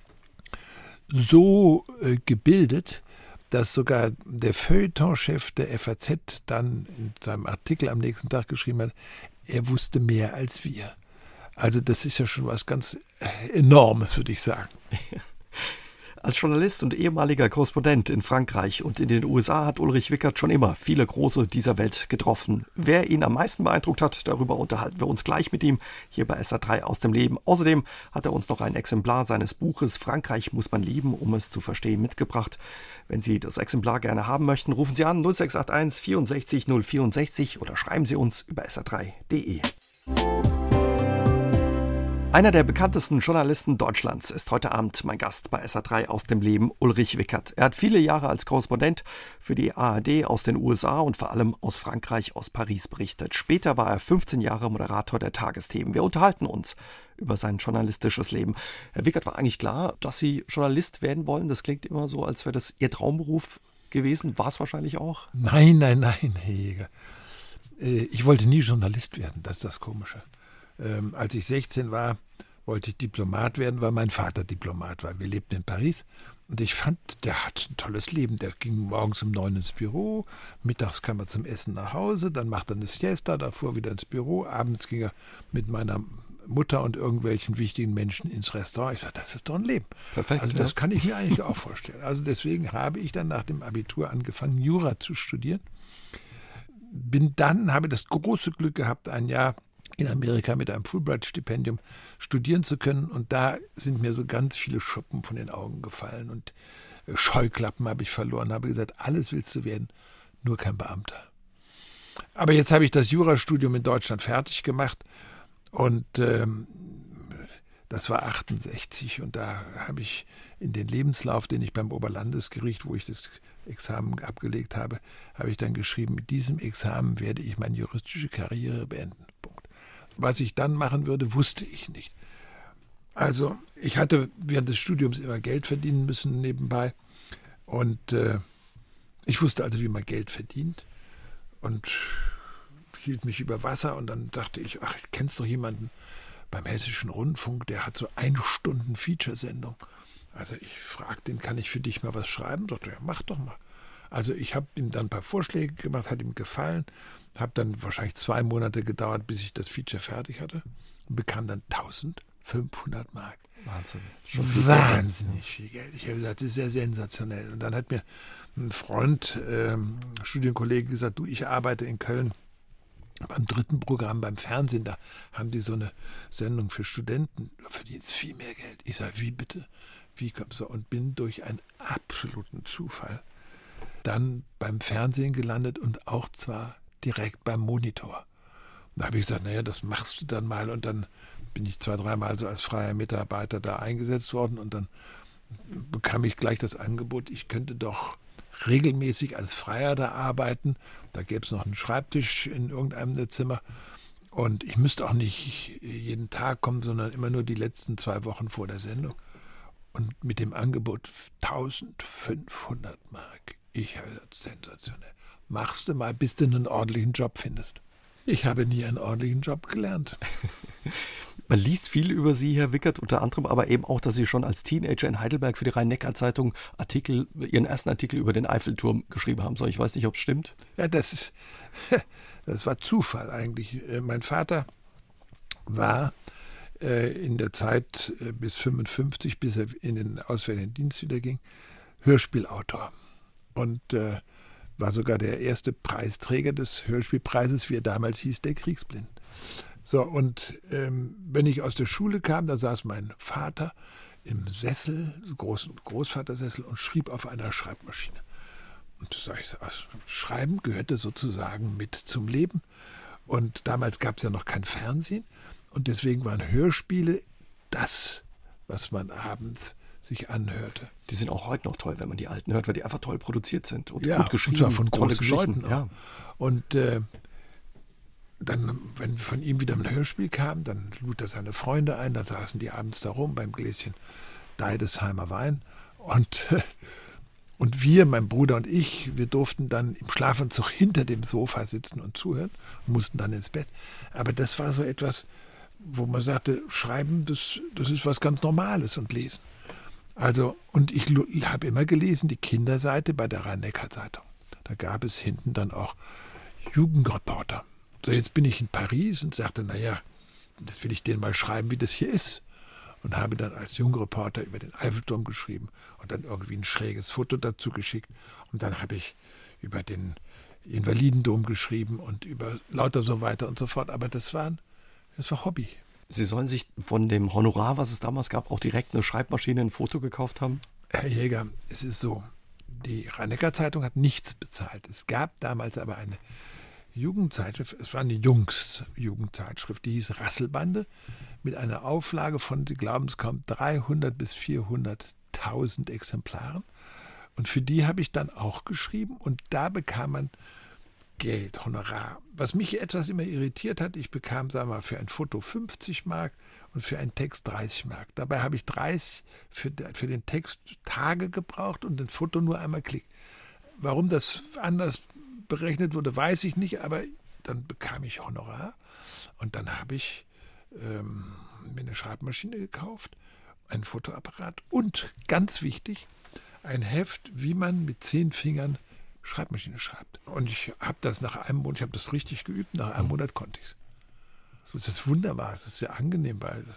so gebildet, dass sogar der Feuilleton-Chef der FAZ dann in seinem Artikel am nächsten Tag geschrieben hat, er wusste mehr als wir. Also das ist ja schon was ganz Enormes, würde ich sagen. Als Journalist und ehemaliger Korrespondent in Frankreich und in den USA hat Ulrich Wickert schon immer viele Große dieser Welt getroffen. Wer ihn am meisten beeindruckt hat, darüber unterhalten wir uns gleich mit ihm hier bei SA3 aus dem Leben. Außerdem hat er uns noch ein Exemplar seines Buches Frankreich muss man lieben, um es zu verstehen, mitgebracht. Wenn Sie das Exemplar gerne haben möchten, rufen Sie an 0681 64 064 oder schreiben Sie uns über sa3.de. Einer der bekanntesten Journalisten Deutschlands ist heute Abend mein Gast bei SA3 aus dem Leben, Ulrich Wickert. Er hat viele Jahre als Korrespondent für die ARD aus den USA und vor allem aus Frankreich, aus Paris berichtet. Später war er 15 Jahre Moderator der Tagesthemen. Wir unterhalten uns über sein journalistisches Leben. Herr Wickert, war eigentlich klar, dass Sie Journalist werden wollen? Das klingt immer so, als wäre das Ihr Traumberuf gewesen. War es wahrscheinlich auch? Nein, Herr Jäger. Ich wollte nie Journalist werden, das ist das Komische. Als ich 16 war, wollte ich Diplomat werden, weil mein Vater Diplomat war. Wir lebten in Paris und ich fand, der hat ein tolles Leben. Der ging morgens um 9 ins Büro, mittags kam er zum Essen nach Hause, dann machte er eine Siesta, davor wieder ins Büro, abends ging er mit meiner Mutter und irgendwelchen wichtigen Menschen ins Restaurant. Ich sagte, das ist doch ein Leben. Perfekt. Also das kann ich mir eigentlich auch vorstellen. Also deswegen habe ich dann nach dem Abitur angefangen, Jura zu studieren. Habe das große Glück gehabt, ein Jahr in Amerika mit einem Fulbright-Stipendium studieren zu können. Und da sind mir so ganz viele Schuppen von den Augen gefallen und Scheuklappen habe ich verloren. Habe gesagt, alles willst du werden, nur kein Beamter. Aber jetzt habe ich das Jurastudium in Deutschland fertig gemacht und das war 68 und da habe ich in den Lebenslauf, den ich beim Oberlandesgericht, wo ich das Examen abgelegt habe, habe ich dann geschrieben, mit diesem Examen werde ich meine juristische Karriere beenden. Punkt. Was ich dann machen würde, wusste ich nicht. Also ich hatte während des Studiums immer Geld verdienen müssen nebenbei und ich wusste also, wie man Geld verdient und hielt mich über Wasser und dann dachte ich, ach, kennst doch jemanden beim Hessischen Rundfunk, der hat so 1 Stunde Feature-Sendung. Also ich fragte ihn, kann ich für dich mal was schreiben? Dachte, ja, mach doch mal. Also ich habe ihm dann ein paar Vorschläge gemacht, hat ihm gefallen, habe dann wahrscheinlich 2 Monate gedauert, bis ich das Feature fertig hatte und bekam dann 1500 Mark. Wahnsinn. Schon wahnsinnig viel Geld. Ich habe gesagt, das ist ja sensationell. Und dann hat mir ein Freund, Studienkollege gesagt, du, ich arbeite in Köln beim 3. Programm beim Fernsehen, da haben die so eine Sendung für Studenten, da verdienst viel mehr Geld. Ich sage, wie bitte? Wie kommst du? Und bin durch einen absoluten Zufall dann beim Fernsehen gelandet und auch zwar direkt beim Monitor. Und da habe ich gesagt, naja, das machst du dann mal. Und dann bin ich 2-3 Mal so als freier Mitarbeiter da eingesetzt worden und dann bekam ich gleich das Angebot, ich könnte doch regelmäßig als Freier da arbeiten. Da gäbe es noch einen Schreibtisch in irgendeinem Zimmer. Und ich müsste auch nicht jeden Tag kommen, sondern immer nur die letzten 2 Wochen vor der Sendung. Und mit dem Angebot 1500 Mark. Ich habe gesagt, sensationell. Machst du mal, bis du einen ordentlichen Job findest. Ich habe nie einen ordentlichen Job gelernt. Man liest viel über Sie, Herr Wickert, unter anderem aber eben auch, dass Sie schon als Teenager in Heidelberg für die Rhein-Neckar-Zeitung Ihren ersten Artikel über den Eiffelturm geschrieben haben. So, ich weiß nicht, ob es stimmt. Ja, das war Zufall eigentlich. Mein Vater war in der Zeit bis 55, bis er in den Auswärtigen Dienst wieder ging, Hörspielautor. Und war sogar der erste Preisträger des Hörspielpreises, wie er damals hieß, der Kriegsblinden. So, und wenn ich aus der Schule kam, da saß mein Vater im Sessel, großen Großvatersessel, und schrieb auf einer Schreibmaschine. Und da sage ich, Schreiben gehörte sozusagen mit zum Leben. Und damals gab es ja noch kein Fernsehen. Und deswegen waren Hörspiele das, was man abends sich anhörte. Die sind auch heute noch toll, wenn man die alten hört, weil die einfach toll produziert sind und ja, gut geschrieben. Und zwar von tolle großen Geschichten. Leuten. Ja. Und dann, wenn von ihm wieder ein Hörspiel kam, dann lud er seine Freunde ein, dann saßen die abends da rum beim Gläschen Deidesheimer Wein. Und wir, mein Bruder und ich, wir durften dann im Schlafanzug hinter dem Sofa sitzen und zuhören, mussten dann ins Bett. Aber das war so etwas, wo man sagte, Schreiben, das ist was ganz Normales und Lesen. Also, und ich habe immer gelesen, die Kinderseite bei der Rhein-Neckar-Zeitung. Da gab es hinten dann auch Jugendreporter. So, jetzt bin ich in Paris und sagte, naja, das will ich denen mal schreiben, wie das hier ist. Und habe dann als Jungreporter über den Eiffelturm geschrieben und dann irgendwie ein schräges Foto dazu geschickt. Und dann habe ich über den Invalidendom geschrieben und über lauter so weiter und so fort. Aber das war Hobby. Sie sollen sich von dem Honorar, was es damals gab, auch direkt eine Schreibmaschine, ein Foto gekauft haben? Herr Jäger, es ist so, die Rhein-Neckar-Zeitung hat nichts bezahlt. Es gab damals aber eine Jugendzeitschrift, es war eine Jungs-Jugendzeitschrift, die hieß Rasselbande, mit einer Auflage von, Sie glauben es kaum, 300.000 bis 400.000 Exemplaren. Und für die habe ich dann auch geschrieben und da bekam man Geld, Honorar. Was mich etwas immer irritiert hat, ich bekam, sagen wir mal, für ein Foto 50 Mark und für einen Text 30 Mark. Dabei habe ich 30 für den Text Tage gebraucht und ein Foto nur einmal Klick. Warum das anders berechnet wurde, weiß ich nicht, aber dann bekam ich Honorar und dann habe ich mir eine Schreibmaschine gekauft, einen Fotoapparat und, ganz wichtig, ein Heft, wie man mit 10 Fingern Schreibmaschine schreibt. Und ich habe das nach einem Monat, ich habe das richtig geübt, nach einem Monat konnte ich es. Das ist wunderbar, das ist sehr angenehm, weil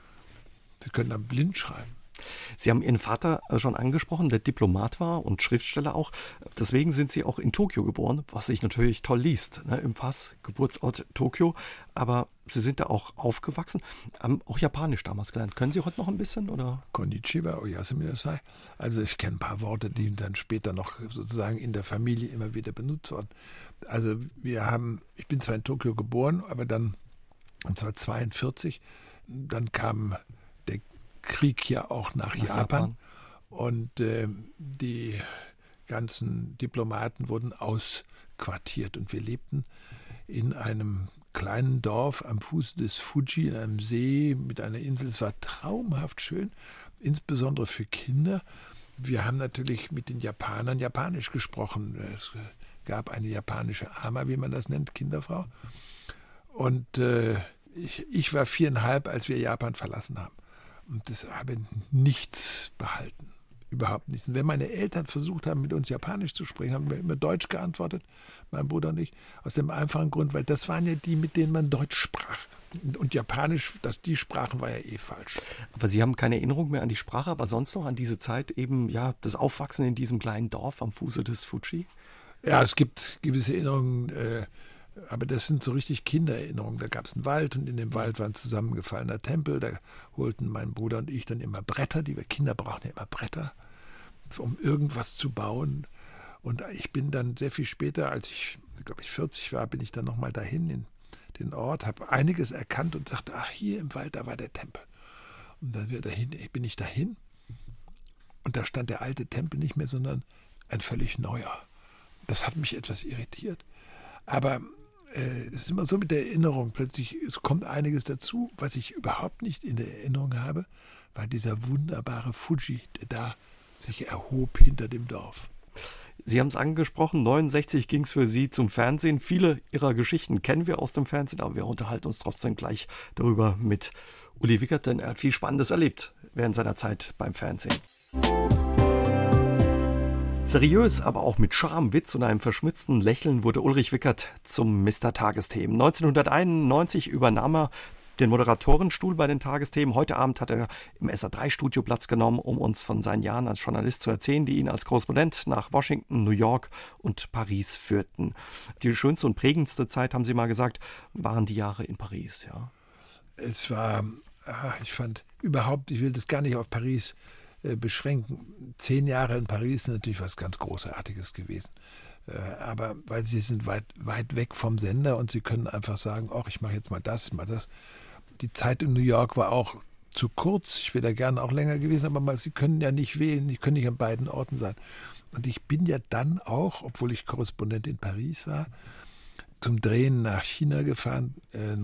Sie können dann blind schreiben. Sie haben Ihren Vater schon angesprochen, der Diplomat war und Schriftsteller auch. Deswegen sind Sie auch in Tokio geboren, was sich natürlich toll liest, ne? Im Pass, Geburtsort Tokio. Aber Sie sind da auch aufgewachsen, haben auch Japanisch damals gelernt. Können Sie heute noch ein bisschen? Oder? Konnichiwa, oyasu-na-sa. Also ich kenne ein paar Worte, die dann später noch sozusagen in der Familie immer wieder benutzt wurden. Also ich bin zwar in Tokio geboren, aber dann, und zwar 1942, dann kam der Krieg ja auch nach Japan. Und die ganzen Diplomaten wurden ausquartiert. Und wir lebten in einem kleinen Dorf am Fuße des Fuji, in einem See mit einer Insel. Es war traumhaft schön, insbesondere für Kinder. Wir haben natürlich mit den Japanern Japanisch gesprochen. Es gab eine japanische Ama, wie man das nennt, Kinderfrau. Und ich war 4,5, als wir Japan verlassen haben. Und das habe nichts behalten. Überhaupt nichts. Und wenn meine Eltern versucht haben, mit uns Japanisch zu sprechen, haben wir immer Deutsch geantwortet, mein Bruder und ich. Aus dem einfachen Grund, weil das waren ja die, mit denen man Deutsch sprach. Und Japanisch, die sprachen, war ja eh falsch. Aber Sie haben keine Erinnerung mehr an die Sprache, aber sonst noch an diese Zeit eben, ja, das Aufwachsen in diesem kleinen Dorf am Fuße des Fuji? Ja, es gibt gewisse Erinnerungen, aber das sind so richtig Kindererinnerungen. Da gab es einen Wald und in dem Wald war ein zusammengefallener Tempel. Da holten mein Bruder und ich dann immer Bretter. Wir Kinder brauchen ja immer Bretter, um irgendwas zu bauen. Und ich bin dann sehr viel später, als ich, glaube ich, 40 war, bin ich dann nochmal dahin in den Ort, habe einiges erkannt und sagte, ach, hier im Wald, da war der Tempel. Und dann bin ich dahin und da stand der alte Tempel nicht mehr, sondern ein völlig neuer. Das hat mich etwas irritiert. Aber es ist immer so mit der Erinnerung, plötzlich, es kommt einiges dazu, was ich überhaupt nicht in der Erinnerung habe, war dieser wunderbare Fuji, der da sich erhob hinter dem Dorf. Sie haben es angesprochen, 1969 ging es für Sie zum Fernsehen. Viele Ihrer Geschichten kennen wir aus dem Fernsehen, aber wir unterhalten uns trotzdem gleich darüber mit Uli Wickert, denn er hat viel Spannendes erlebt während seiner Zeit beim Fernsehen. Seriös, aber auch mit Charme, Witz und einem verschmitzten Lächeln wurde Ulrich Wickert zum Mr. Tagesthemen. 1991 übernahm er den Moderatorenstuhl bei den Tagesthemen. Heute Abend hat er im SA3-Studio Platz genommen, um uns von seinen Jahren als Journalist zu erzählen, die ihn als Korrespondent nach Washington, New York und Paris führten. Die schönste und prägendste Zeit, haben Sie mal gesagt, waren die Jahre in Paris. Ja. Es war, ich fand überhaupt, ich will das gar nicht auf Paris beschränken. 10 Jahre in Paris ist natürlich was ganz Großartiges gewesen. Aber weil Sie sind weit weg vom Sender und Sie können einfach sagen, ach, ich mache jetzt mal das, mal das. Die Zeit in New York war auch zu kurz. Ich wäre da gerne auch länger gewesen, aber Sie können ja nicht wählen, Sie können nicht an beiden Orten sein. Und ich bin ja dann auch, obwohl ich Korrespondent in Paris war, zum Drehen nach China gefahren,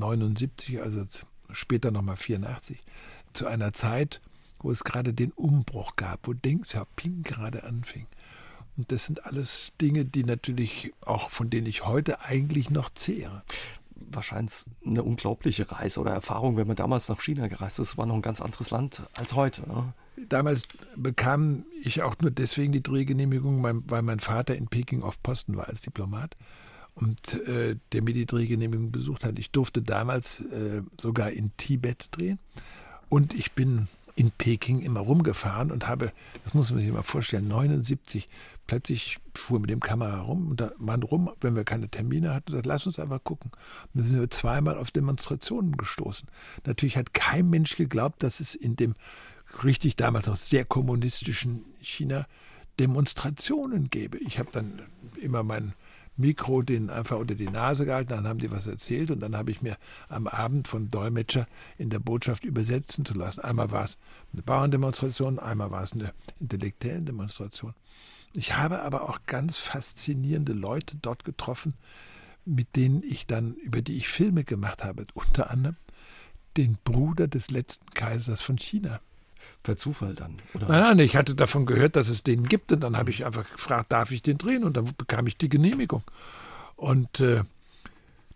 79, also später nochmal 84, zu einer Zeit, wo es gerade den Umbruch gab, wo Deng Xiaoping gerade anfing. Und das sind alles Dinge, die natürlich auch, von denen ich heute eigentlich noch zehre. Wahrscheinlich eine unglaubliche Reise oder Erfahrung, wenn man damals nach China gereist ist. Das war noch ein ganz anderes Land als heute. Ne? Damals bekam ich auch nur deswegen die Drehgenehmigung, weil mein Vater in Peking auf Posten war als Diplomat und der mir die Drehgenehmigung besucht hat. Ich durfte damals sogar in Tibet drehen und ich bin in Peking immer rumgefahren und habe, das muss man sich mal vorstellen, 79, plötzlich fuhr mit dem Kamera rum und da man rum, wenn wir keine Termine hatten, dann lass uns einfach gucken. Und dann sind wir zweimal auf Demonstrationen gestoßen. Natürlich hat kein Mensch geglaubt, dass es in dem richtig damals noch sehr kommunistischen China Demonstrationen gäbe. Ich habe dann immer mein Mikro denen einfach unter die Nase gehalten, dann haben die was erzählt und dann habe ich mir am Abend von Dolmetscher in der Botschaft übersetzen zu lassen. Einmal war es eine Bauerndemonstration, einmal war es eine intellektuelle Demonstration. Ich habe aber auch ganz faszinierende Leute dort getroffen, mit denen ich dann, über die ich Filme gemacht habe, unter anderem den Bruder des letzten Kaisers von China. Per Zufall dann? Oder? Nein, ich hatte davon gehört, dass es den gibt und dann habe ich einfach gefragt, darf ich den drehen? Und dann bekam ich die Genehmigung. Und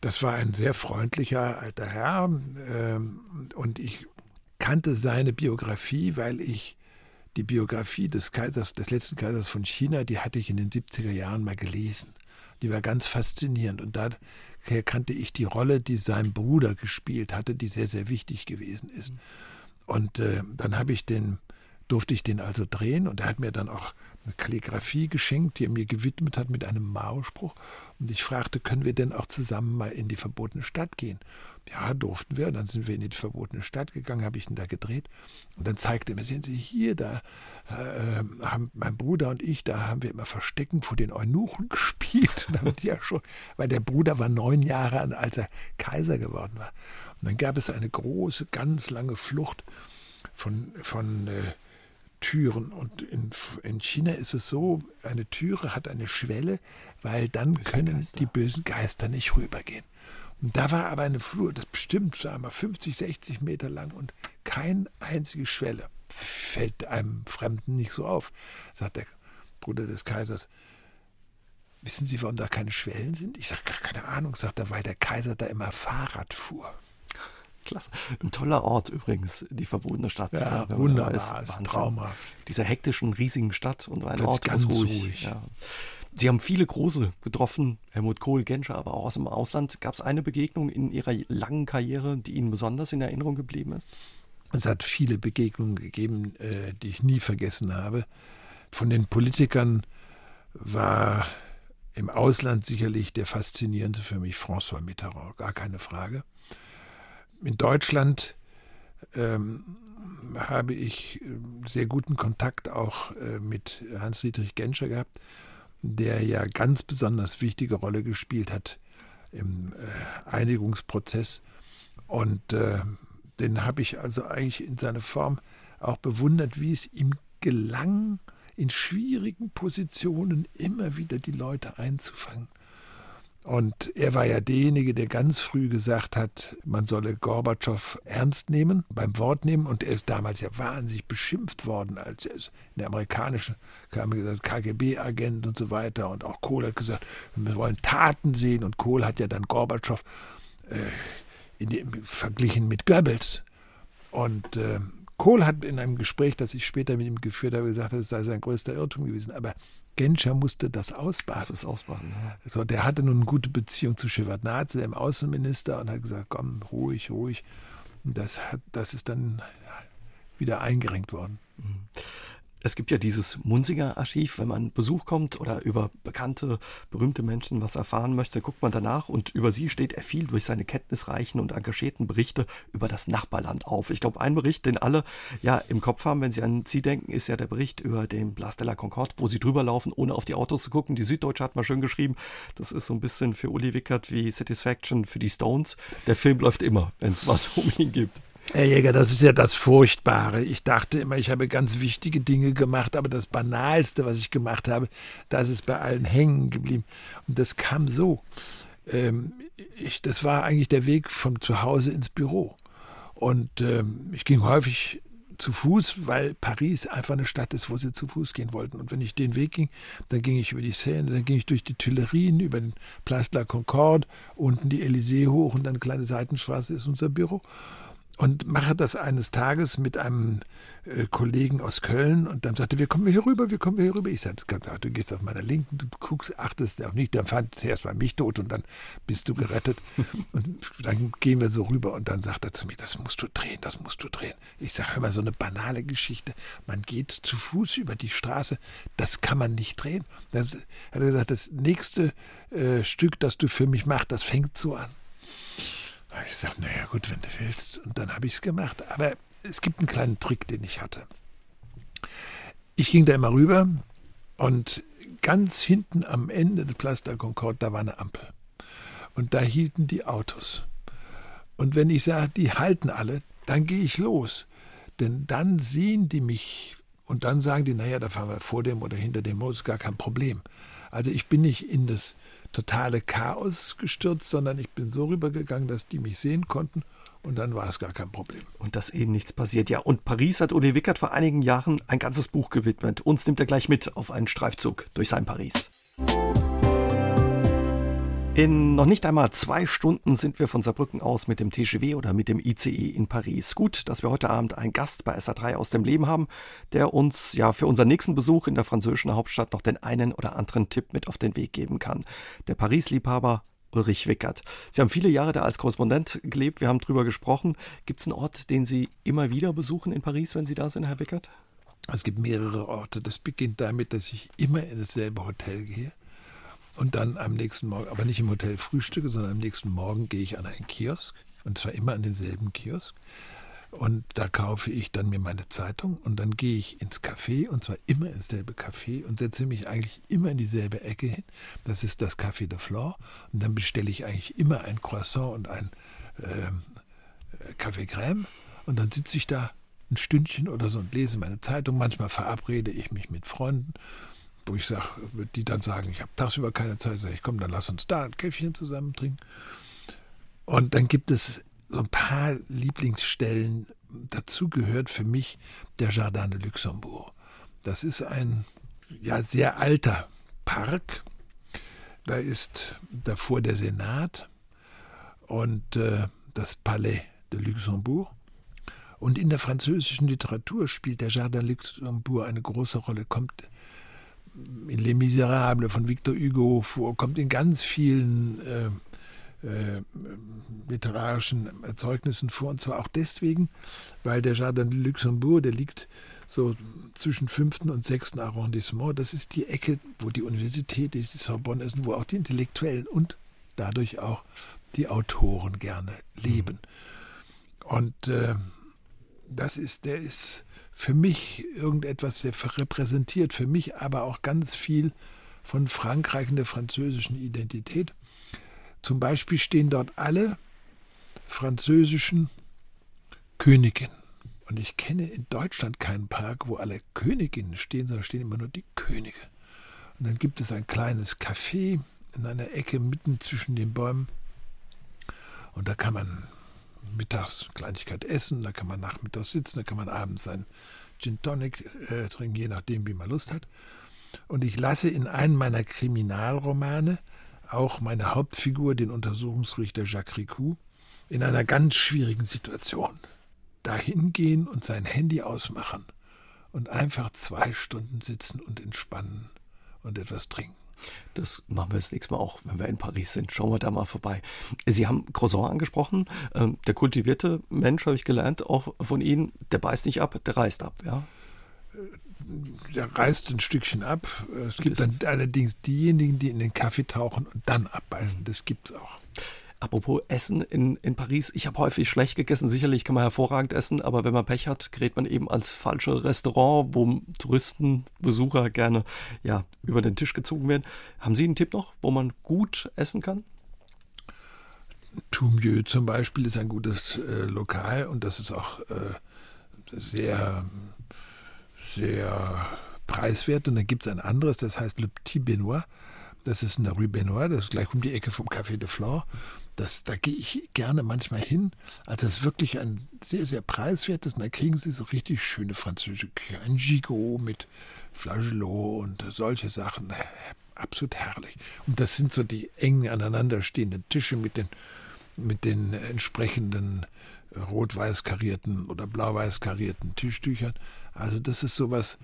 Das war ein sehr freundlicher alter Herr und ich kannte seine Biografie, weil ich die Biografie des letzten Kaisers von China, die hatte ich in den 70er Jahren mal gelesen. Die war ganz faszinierend und daher kannte ich die Rolle, die sein Bruder gespielt hatte, die sehr, sehr wichtig gewesen ist. Und dann durfte ich den also drehen und er hat mir dann auch eine Kalligrafie geschenkt, die er mir gewidmet hat mit einem Mao-Spruch. Und ich fragte, können wir denn auch zusammen mal in die verbotene Stadt gehen? Ja, durften wir. Dann sind wir in die verbotene Stadt gegangen, habe ich ihn da gedreht. Und dann zeigte er mir, sehen Sie hier, da haben mein Bruder und ich, da haben wir immer Verstecken vor den Eunuchen gespielt. Und haben die ja schon, weil der Bruder war 9 Jahre alt, als er Kaiser geworden war. Und dann gab es eine große, ganz lange Flucht von Türen. Und in China ist es so, eine Türe hat eine Schwelle, weil dann können die bösen Geister nicht rübergehen. Und da war aber eine Flur, das bestimmt, sagen wir mal, 50, 60 Meter lang und keine einzige Schwelle. Fällt einem Fremden nicht so auf, sagt der Bruder des Kaisers. Wissen Sie, warum da keine Schwellen sind? Ich sage, keine Ahnung, sagt er, weil der Kaiser da immer Fahrrad fuhr. Klasse. Ein toller Ort übrigens, die verbotene Stadt. Ja, wunderbar, traumhaft. Dieser hektischen, riesigen Stadt und ein Ort ganz ruhig. Ja. Sie haben viele Große getroffen, Helmut Kohl, Genscher, aber auch aus dem Ausland. Gab es eine Begegnung in Ihrer langen Karriere, die Ihnen besonders in Erinnerung geblieben ist? Es hat viele Begegnungen gegeben, die ich nie vergessen habe. Von den Politikern war im Ausland sicherlich der faszinierendste für mich François Mitterrand, gar keine Frage. In Deutschland habe ich sehr guten Kontakt auch mit Hans-Dietrich Genscher gehabt, der ja ganz besonders wichtige Rolle gespielt hat im Einigungsprozess. Und den habe ich also eigentlich in seiner Form auch bewundert, wie es ihm gelang, in schwierigen Positionen immer wieder die Leute einzufangen. Und er war ja derjenige, der ganz früh gesagt hat, man solle Gorbatschow ernst nehmen, beim Wort nehmen. Und er ist damals ja wahnsinnig beschimpft worden, als er in der amerikanischen KGB-Agent und so weiter. Und auch Kohl hat gesagt, wir wollen Taten sehen. Und Kohl hat ja dann Gorbatschow verglichen mit Goebbels. Und Kohl hat in einem Gespräch, das ich später mit ihm geführt habe, gesagt, es sei sein größter Irrtum gewesen. Aber Genscher musste das ausbaden. Das ist ausbaden, ja. So, der hatte nun eine gute Beziehung zu Shevardnadze, dem Außenminister, und hat gesagt, komm, ruhig. Und das ist dann wieder eingerenkt worden. Es gibt ja dieses Munzinger Archiv, wenn man Besuch kommt oder über bekannte, berühmte Menschen was erfahren möchte, guckt man danach und über sie steht er viel durch seine kenntnisreichen und engagierten Berichte über das Nachbarland auf. Ich glaube, ein Bericht, den alle ja im Kopf haben, wenn sie an sie denken, ist ja der Bericht über den Place de la Concorde, wo sie drüber laufen, ohne auf die Autos zu gucken. Die Süddeutsche hat mal schön geschrieben, das ist so ein bisschen für Uli Wickert wie Satisfaction für die Stones. Der Film läuft immer, wenn es was um ihn gibt. Herr Jäger, das ist ja das Furchtbare. Ich dachte immer, ich habe ganz wichtige Dinge gemacht, aber das Banalste, was ich gemacht habe, das ist bei allen hängen geblieben. Und das kam so. Das war eigentlich der Weg von zu Hause ins Büro. Und ich ging häufig zu Fuß, weil Paris einfach eine Stadt ist, wo sie zu Fuß gehen wollten. Und wenn ich den Weg ging, dann ging ich über die Seine, dann ging ich durch die Tuilerien, über den Place de la Concorde, unten die Élysée hoch und dann eine kleine Seitenstraße ist unser Büro. Und mache das eines Tages mit einem Kollegen aus Köln und dann sagte, wir kommen hier rüber. Ich sagte, du gehst auf meiner Linken, du guckst, achtest auch nicht, dann fand zuerst mal mich tot und dann bist du gerettet. Und dann gehen wir so rüber und dann sagt er zu mir, das musst du drehen. Ich sage, hör mal, so eine banale Geschichte, man geht zu Fuß über die Straße, das kann man nicht drehen. Dann hat er gesagt, das nächste Stück, das du für mich machst, das fängt so an. Da habe ich gesagt, naja gut, wenn du willst. Und dann habe ich es gemacht. Aber es gibt einen kleinen Trick, den ich hatte. Ich ging da immer rüber und ganz hinten am Ende des Place de la Concorde, da war eine Ampel. Und da hielten die Autos. Und wenn ich sage, die halten alle, dann gehe ich los. Denn dann sehen die mich und dann sagen die, naja, da fahren wir vor dem oder hinter dem, ist gar kein Problem. Also ich bin nicht in das totale Chaos gestürzt, sondern ich bin so rübergegangen, dass die mich sehen konnten und dann war es gar kein Problem. Und dass ihnen nichts passiert. Ja, und Paris hat Uli Wickert vor einigen Jahren ein ganzes Buch gewidmet. Uns nimmt er gleich mit auf einen Streifzug durch sein Paris. In noch nicht einmal 2 Stunden sind wir von Saarbrücken aus mit dem TGV oder mit dem ICE in Paris. Gut, dass wir heute Abend einen Gast bei SA3 aus dem Leben haben, der uns ja für unseren nächsten Besuch in der französischen Hauptstadt noch den einen oder anderen Tipp mit auf den Weg geben kann. Der Paris-Liebhaber Ulrich Wickert. Sie haben viele Jahre da als Korrespondent gelebt, wir haben drüber gesprochen. Gibt es einen Ort, den Sie immer wieder besuchen in Paris, wenn Sie da sind, Herr Wickert? Es gibt mehrere Orte. Das beginnt damit, dass ich immer in dasselbe Hotel gehe. Und dann am nächsten Morgen, aber nicht im Hotel frühstücke, sondern am nächsten Morgen gehe ich an einen Kiosk. Und zwar immer an denselben Kiosk. Und da kaufe ich dann mir meine Zeitung. Und dann gehe ich ins Café, und zwar immer ins selbe Café. Und setze mich eigentlich immer in dieselbe Ecke hin. Das ist das Café de Flore. Und dann bestelle ich eigentlich immer ein Croissant und ein Café Crème. Und dann sitze ich da ein Stündchen oder so und lese meine Zeitung. Manchmal verabrede ich mich mit Freunden, wo ich sage, die dann sagen, ich habe tagsüber keine Zeit, sage ich, komm, dann lass uns da ein Käffchen zusammen trinken. Und dann gibt es so ein paar Lieblingsstellen. Dazu gehört für mich der Jardin de Luxembourg. Das ist ein sehr alter Park. Da ist davor der Senat und das Palais de Luxembourg. Und in der französischen Literatur spielt der Jardin de Luxembourg eine große Rolle, kommt in Les Misérables von Victor Hugo vor, kommt in ganz vielen literarischen Erzeugnissen vor. Und zwar auch deswegen, weil der Jardin de Luxembourg, der liegt so zwischen 5. und 6. Arrondissement. Das ist die Ecke, wo die Universität, die Sorbonne ist, wo auch die Intellektuellen und dadurch auch die Autoren gerne leben. Und der ist für mich irgendetwas, der repräsentiert für mich aber auch ganz viel von Frankreich und der französischen Identität. Zum Beispiel stehen dort alle französischen Königinnen. Und ich kenne in Deutschland keinen Park, wo alle Königinnen stehen, sondern stehen immer nur die Könige. Und dann gibt es ein kleines Café in einer Ecke mitten zwischen den Bäumen. Und da kann man mittags Kleinigkeit essen, da kann man nachmittags sitzen, da kann man abends ein Gin Tonic trinken, je nachdem, wie man Lust hat. Und ich lasse in einem meiner Kriminalromane auch meine Hauptfigur, den Untersuchungsrichter Jacques Ricou, in einer ganz schwierigen Situation dahin gehen und sein Handy ausmachen und einfach 2 Stunden sitzen und entspannen und etwas trinken. Das machen wir das nächste Mal auch, wenn wir in Paris sind. Schauen wir da mal vorbei. Sie haben Croissant angesprochen. Der kultivierte Mensch, habe ich gelernt, auch von Ihnen, der beißt nicht ab, der reißt ab, ja? Der reißt ein Stückchen ab. Es gibt dann allerdings diejenigen, die in den Kaffee tauchen und dann abbeißen. Das gibt es auch. Apropos Essen in Paris, ich habe häufig schlecht gegessen, sicherlich kann man hervorragend essen, aber wenn man Pech hat, gerät man eben ans falsche Restaurant, wo Touristen, Besucher gerne über den Tisch gezogen werden. Haben Sie einen Tipp noch, wo man gut essen kann? Toumieux zum Beispiel ist ein gutes Lokal und das ist auch sehr, sehr preiswert. Und dann gibt es ein anderes, das heißt Le Petit Benoît. Das ist in der Rue Benoît, das ist gleich um die Ecke vom Café de Flore. Da gehe ich gerne manchmal hin. Also das ist wirklich ein sehr, sehr preiswertes. Und da kriegen Sie so richtig schöne französische Küche. Ein Gigot mit Flageolet und solche Sachen. Absolut herrlich. Und das sind so die eng aneinanderstehenden Tische mit den entsprechenden rot-weiß karierten oder blau-weiß karierten Tischtüchern. Also das ist sowas,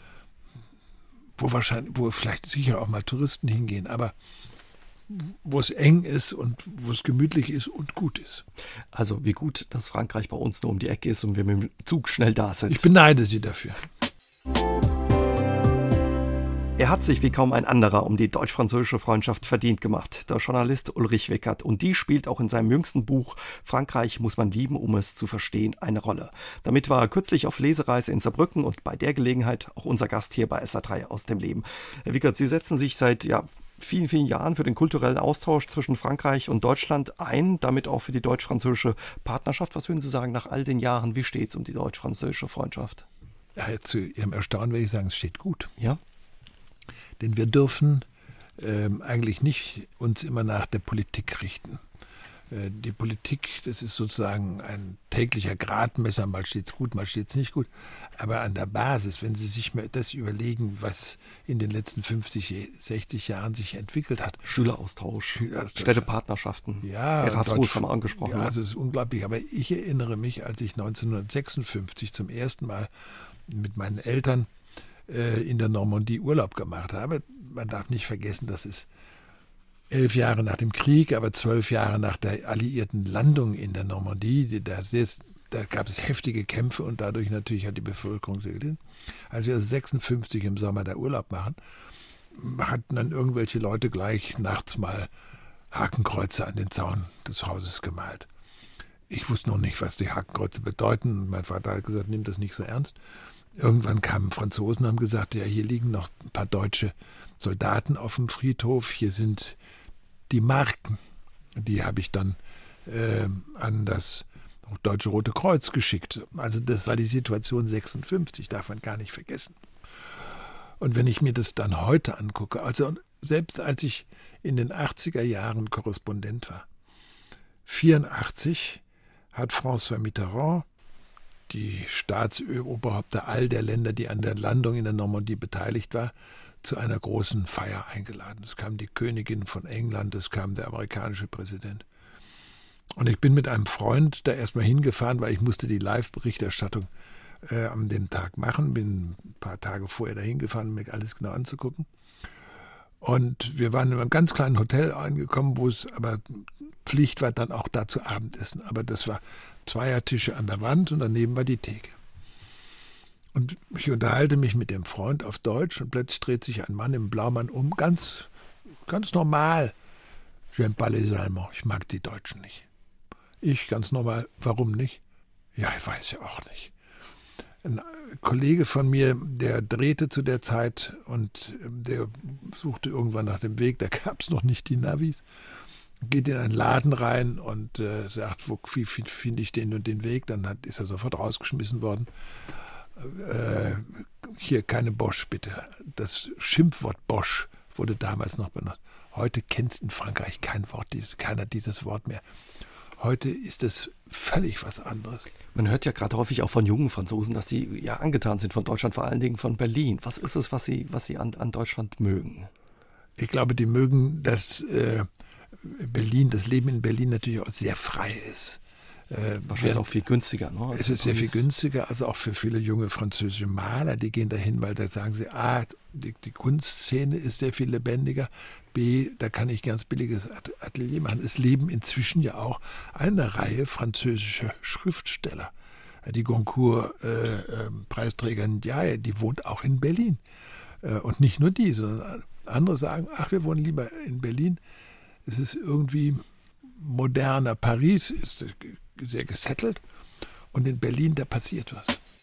wo vielleicht sicher auch mal Touristen hingehen, aber wo es eng ist und wo es gemütlich ist und gut ist. Also wie gut, dass Frankreich bei uns nur um die Ecke ist und wir mit dem Zug schnell da sind. Ich beneide Sie dafür. Er hat sich wie kaum ein anderer um die deutsch-französische Freundschaft verdient gemacht, der Journalist Ulrich Wickert. Und die spielt auch in seinem jüngsten Buch »Frankreich muss man lieben, um es zu verstehen« eine Rolle. Damit war er kürzlich auf Lesereise in Saarbrücken und bei der Gelegenheit auch unser Gast hier bei SA3 aus dem Leben. Herr Wickert, Sie setzen sich seit vielen, vielen Jahren für den kulturellen Austausch zwischen Frankreich und Deutschland ein, damit auch für die deutsch-französische Partnerschaft. Was würden Sie sagen nach all den Jahren, wie steht es um die deutsch-französische Freundschaft? Ja, zu Ihrem Erstaunen würde ich sagen, es steht gut. Ja? Denn wir dürfen eigentlich nicht uns immer nach der Politik richten. Die Politik, das ist sozusagen ein täglicher Gradmesser, mal steht's gut, mal steht's nicht gut. Aber an der Basis, wenn Sie sich mal das überlegen, was in den letzten 50, 60 Jahren sich entwickelt hat. Schüleraustausch, Städtepartnerschaften, ja, Erasmus haben wir angesprochen. Ja, also es ist unglaublich. Aber ich erinnere mich, als ich 1956 zum ersten Mal mit meinen Eltern in der Normandie Urlaub gemacht habe. Man darf nicht vergessen, das ist 11 Jahre nach dem Krieg, aber 12 Jahre nach der alliierten Landung in der Normandie. Da gab es heftige Kämpfe und dadurch natürlich hat die Bevölkerung sehr gelitten. Als wir 56 im Sommer da Urlaub machen, hatten dann irgendwelche Leute gleich nachts mal Hakenkreuze an den Zaun des Hauses gemalt. Ich wusste noch nicht, was die Hakenkreuze bedeuten. Mein Vater hat gesagt, nimm das nicht so ernst. Irgendwann kamen Franzosen und haben gesagt, ja, hier liegen noch ein paar deutsche Soldaten auf dem Friedhof, hier sind die Marken. Die habe ich dann an das Deutsche Rote Kreuz geschickt. Also das war die Situation 56, darf man gar nicht vergessen. Und wenn ich mir das dann heute angucke, also selbst als ich in den 80er Jahren Korrespondent war, 84 hat François Mitterrand die Staatsoberhäupter all der Länder, die an der Landung in der Normandie beteiligt waren, zu einer großen Feier eingeladen. Es kam die Königin von England, es kam der amerikanische Präsident. Und ich bin mit einem Freund da erstmal hingefahren, weil ich musste die Live-Berichterstattung an dem Tag machen. Bin ein paar Tage vorher da hingefahren, um mir alles genau anzugucken. Und wir waren in einem ganz kleinen Hotel angekommen, wo es aber Pflicht war, dann auch da zu Abendessen. Aber das war Zweiertische an der Wand und daneben war die Theke. Und ich unterhalte mich mit dem Freund auf Deutsch und plötzlich dreht sich ein Mann im Blaumann um, ganz normal. J'aime pas les Allemands, ich mag die Deutschen nicht. Ich ganz normal, warum nicht? Ja, ich weiß ja auch nicht. Ein Kollege von mir, der drehte zu der Zeit und der suchte irgendwann nach dem Weg, da gab es noch nicht die Navis, geht in einen Laden rein und sagt, wie finde ich den und den Weg? Dann ist er sofort rausgeschmissen worden. Hier keine Bosch, bitte. Das Schimpfwort Bosch wurde damals noch benutzt. Heute kennt es in Frankreich keiner dieses Wort mehr. Heute ist es völlig was anderes. Man hört ja gerade häufig auch von jungen Franzosen, dass sie ja angetan sind von Deutschland, vor allen Dingen von Berlin. Was ist es, was sie an Deutschland mögen? Ich glaube, die mögen, dass Berlin, das Leben in Berlin natürlich auch sehr frei ist. Wahrscheinlich auch viel günstiger. Ne? Es ist sehr viel günstiger, also auch für viele junge französische Maler, die gehen dahin, weil da sagen sie, die Kunstszene ist sehr viel lebendiger, B, da kann ich ganz billiges Atelier machen. Es leben inzwischen ja auch eine Reihe französischer Schriftsteller. Die Goncourt-Preisträger Ndiaye, die wohnt auch in Berlin. Und nicht nur die, sondern andere sagen, wir wohnen lieber in Berlin. Es ist irgendwie moderner. Paris ist sehr gesettelt und in Berlin, da passiert was.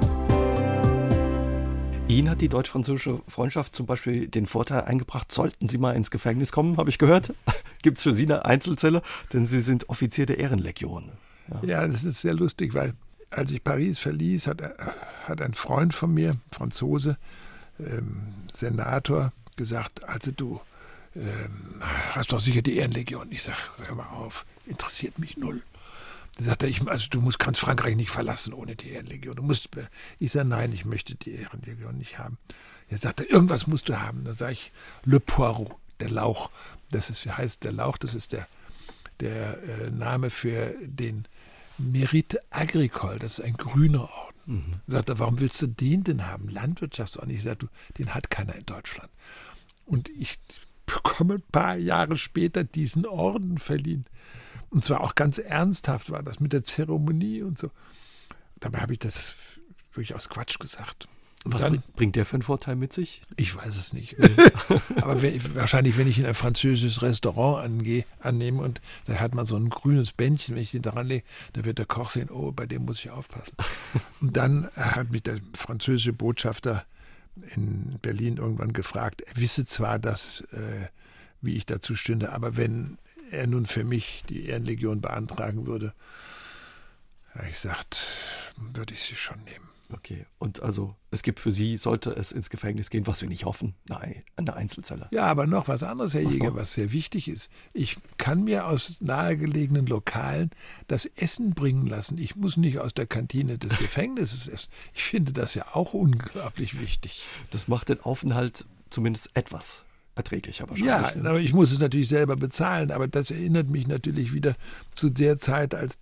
Ihnen hat die deutsch-französische Freundschaft zum Beispiel den Vorteil eingebracht, sollten Sie mal ins Gefängnis kommen, habe ich gehört. Gibt es für Sie eine Einzelzelle? Denn Sie sind Offizier der Ehrenlegion. Ja, das ist sehr lustig, weil als ich Paris verließ, hat ein Freund von mir, Franzose, Senator, gesagt, also du hast doch sicher die Ehrenlegion. Ich sage, hör mal auf, interessiert mich null. Da sagt er, kannst Frankreich nicht verlassen ohne die Ehrenlegion. Ich sage, nein, ich möchte die Ehrenlegion nicht haben. Er sagt, irgendwas musst du haben. Dann sage ich, Le Poireau, der Lauch. Heißt der Lauch, das ist der Name für den Mérite Agricole, das ist ein grüner Orden. Mhm. Sagt er, warum willst du den denn haben? Landwirtschaftsorden. Ich sage, den hat keiner in Deutschland. Und ich bekomme ein paar Jahre später diesen Orden verliehen. Und zwar auch ganz ernsthaft war das mit der Zeremonie und so. Dabei habe ich das durchaus Quatsch gesagt. Und was bringt der für einen Vorteil mit sich? Ich weiß es nicht. Aber wahrscheinlich, wenn ich in ein französisches Restaurant annehme und da hat man so ein grünes Bändchen, wenn ich den daran lege, da wird der Koch sehen, bei dem muss ich aufpassen. Und dann hat mich der französische Botschafter in Berlin irgendwann gefragt, er wisse zwar, wie ich dazu stünde, aber wenn er nun für mich die Ehrenlegion beantragen würde, habe ich gesagt, würde ich sie schon nehmen. Okay, und also es gibt für Sie, sollte es ins Gefängnis gehen, was wir nicht hoffen, eine Einzelzelle. Ja, aber noch was anderes, Herr Jäger, was sehr wichtig ist. Ich kann mir aus nahegelegenen Lokalen das Essen bringen lassen. Ich muss nicht aus der Kantine des Gefängnisses essen. Ich finde das ja auch unglaublich wichtig. Das macht den Aufenthalt zumindest etwas erträglicher wahrscheinlich. Ja, aber ich muss es natürlich selber bezahlen. Aber das erinnert mich natürlich wieder zu der Zeit, als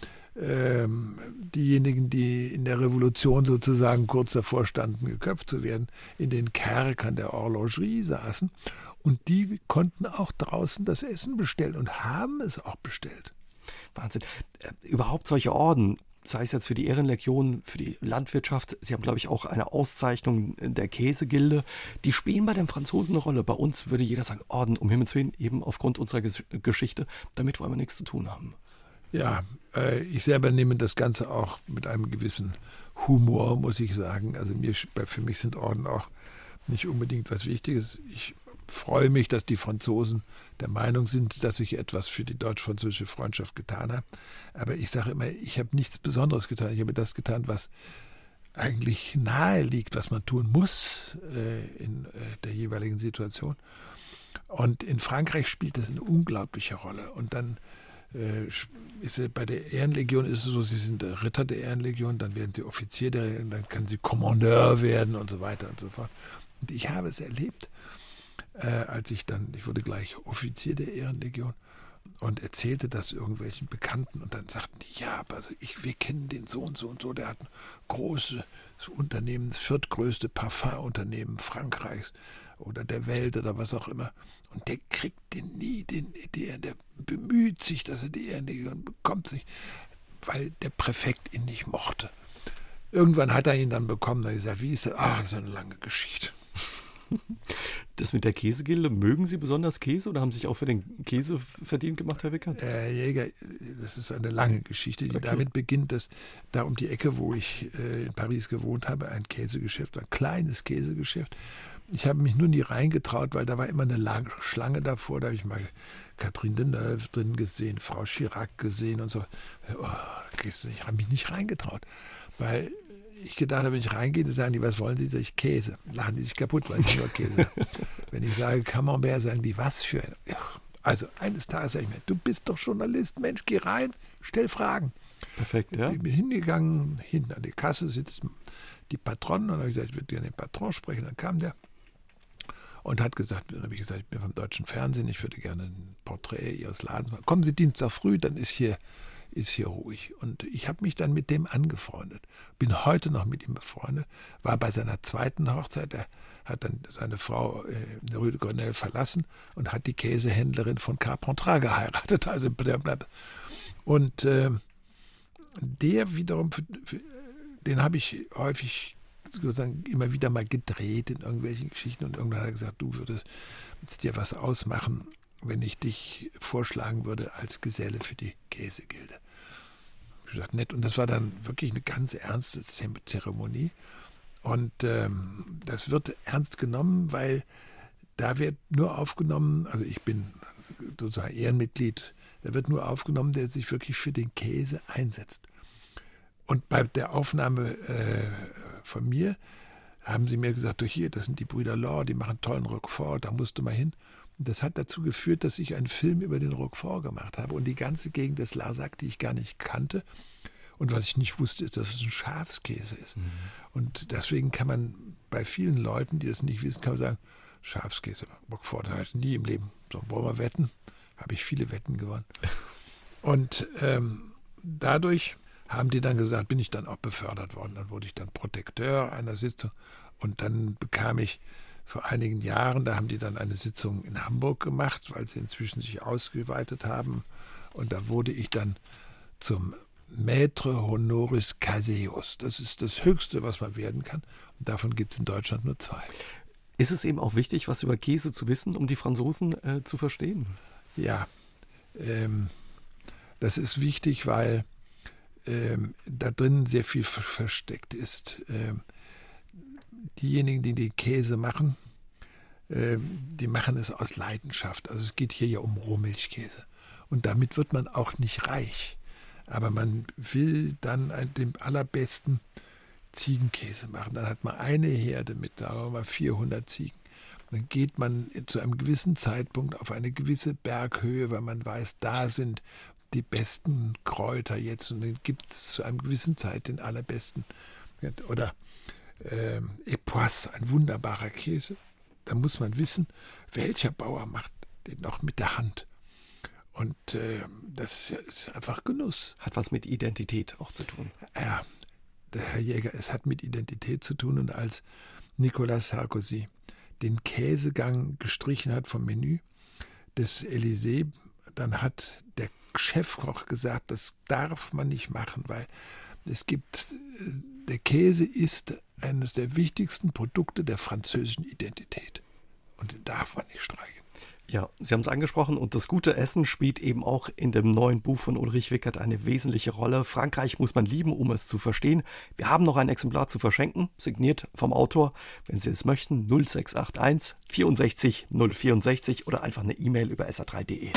diejenigen, die in der Revolution sozusagen kurz davor standen, geköpft zu werden, in den Kerkern der Horlogerie saßen. Und die konnten auch draußen das Essen bestellen und haben es auch bestellt. Wahnsinn. Überhaupt solche Orden, sei es jetzt für die Ehrenlegion, für die Landwirtschaft, Sie haben, glaube ich, auch eine Auszeichnung der Käsegilde, die spielen bei den Franzosen eine Rolle. Bei uns würde jeder sagen, Orden, um Himmels Willen, eben aufgrund unserer Geschichte, damit wollen wir nichts zu tun haben. Ja, ich selber nehme das Ganze auch mit einem gewissen Humor, muss ich sagen. Also für mich sind Orden auch nicht unbedingt was Wichtiges. Ich freue mich, dass die Franzosen der Meinung sind, dass ich etwas für die deutsch-französische Freundschaft getan habe. Aber ich sage immer, ich habe nichts Besonderes getan. Ich habe das getan, was eigentlich nahe liegt, was man tun muss in der jeweiligen Situation. Und in Frankreich spielt das eine unglaubliche Rolle. Und dann bei der Ehrenlegion ist es so, Sie sind Ritter der Ehrenlegion, dann werden Sie Offizier dann können Sie Kommandeur werden und so weiter und so fort. Und ich habe es erlebt, ich wurde gleich Offizier der Ehrenlegion und erzählte das irgendwelchen Bekannten und dann sagten die, ja, aber wir kennen den so und so und so, der hat ein großes Unternehmen, das viertgrößte Parfumunternehmen Frankreichs oder der Welt oder was auch immer. Und der kriegt den nie, der bemüht sich, dass er die Ehrenlegion bekommt, sich, weil der Präfekt ihn nicht mochte. Irgendwann hat er ihn dann bekommen, da hat er gesagt, wie ist das? Das ist eine lange Geschichte. Das mit der Käsegilde, mögen Sie besonders Käse oder haben sich auch für den Käse verdient gemacht, Herr Wickert? Jäger, das ist eine lange Geschichte, die damit beginnt, dass da um die Ecke, wo ich in Paris gewohnt habe, ein Käsegeschäft, ein kleines Käsegeschäft. Ich habe mich nur nie reingetraut, weil da war immer eine lange Schlange davor. Da habe ich mal Catherine Deneuve drin gesehen, Frau Chirac gesehen und so. Ich habe mich nicht reingetraut, weil ich gedacht habe, wenn ich reingehe, dann sagen die, was wollen Sie? Sag ich, Käse. Lachen die sich kaputt, weil ich nur Käse. Wenn ich sage Camembert, sagen die, was für ein... Ja, also eines Tages sage ich mir, du bist doch Journalist, Mensch, geh rein, stell Fragen. Perfekt, ja. Ich bin hingegangen, hinten an der Kasse sitzt die Patronne und habe gesagt, ich würde gerne den Patron sprechen. Dann kam der und hat gesagt, dann habe ich gesagt, ich bin vom Deutschen Fernsehen, ich würde gerne ein Porträt Ihres Ladens machen. Kommen Sie Dienstag früh, dann ist hier ruhig. Und ich habe mich dann mit dem angefreundet. Bin heute noch mit ihm befreundet. War bei seiner zweiten Hochzeit. Er hat dann seine Frau in der Rue de Grenelle verlassen und hat die Käsehändlerin von Carpentras geheiratet. Also und der wiederum, den habe ich häufig sozusagen immer wieder mal gedreht in irgendwelchen Geschichten. Und irgendwann hat er gesagt, du würdest dir was ausmachen, wenn ich dich vorschlagen würde als Geselle für die Käsegilde. Ich habe gesagt, nett. Und das war dann wirklich eine ganz ernste Zeremonie. Und das wird ernst genommen, weil da wird nur aufgenommen, also ich bin sozusagen Ehrenmitglied, da wird nur aufgenommen, der sich wirklich für den Käse einsetzt. Und bei der Aufnahme von mir haben sie mir gesagt, hier, das sind die Brüder Law, die machen tollen Roquefort, da musst du mal hin. Und das hat dazu geführt, dass ich einen Film über den Roquefort gemacht habe und die ganze Gegend des Larzac, die ich gar nicht kannte. Und was ich nicht wusste, ist, dass es ein Schafskäse ist. Mhm. Und deswegen kann man bei vielen Leuten, die das nicht wissen, kann man sagen, Schafskäse, Roquefort, das heißt nie im Leben. So, wollen wir wetten? Habe ich viele Wetten gewonnen. Und dadurch haben die dann gesagt, bin ich dann auch befördert worden. Dann wurde ich dann Protekteur einer Sitzung und dann bekam ich vor einigen Jahren, da haben die dann eine Sitzung in Hamburg gemacht, weil sie inzwischen sich ausgeweitet haben. Und da wurde ich dann zum Maître Honoris Caseus. Das ist das Höchste, was man werden kann. Und davon gibt es in Deutschland nur 2. Ist es eben auch wichtig, was über Käse zu wissen, um die Franzosen zu verstehen? Ja, das ist wichtig, weil da drin sehr viel versteckt ist. Diejenigen, die den Käse machen, die machen es aus Leidenschaft. Also es geht hier ja um Rohmilchkäse. Und damit wird man auch nicht reich. Aber man will dann dem Allerbesten Ziegenkäse machen. Dann hat man eine Herde mit, sagen wir mal, 400 Ziegen. Dann geht man zu einem gewissen Zeitpunkt auf eine gewisse Berghöhe, weil man weiß, da sind die besten Kräuter jetzt. Und dann gibt es zu einem gewissen Zeit den allerbesten. Oder Epoisse, ein wunderbarer Käse. Da muss man wissen, welcher Bauer macht den noch mit der Hand. Und das ist einfach Genuss. Hat was mit Identität auch zu tun. Ja, der Herr Jäger, es hat mit Identität zu tun. Und als Nicolas Sarkozy den Käsegang gestrichen hat vom Menü des Élysées, dann hat der Chefkoch gesagt, das darf man nicht machen, weil der Käse ist eines der wichtigsten Produkte der französischen Identität. Und den darf man nicht streichen. Ja, Sie haben es angesprochen und das gute Essen spielt eben auch in dem neuen Buch von Ulrich Wickert eine wesentliche Rolle. Frankreich muss man lieben, um es zu verstehen. Wir haben noch ein Exemplar zu verschenken, signiert vom Autor. Wenn Sie es möchten, 0681 64 064 oder einfach eine E-Mail über sa3.de.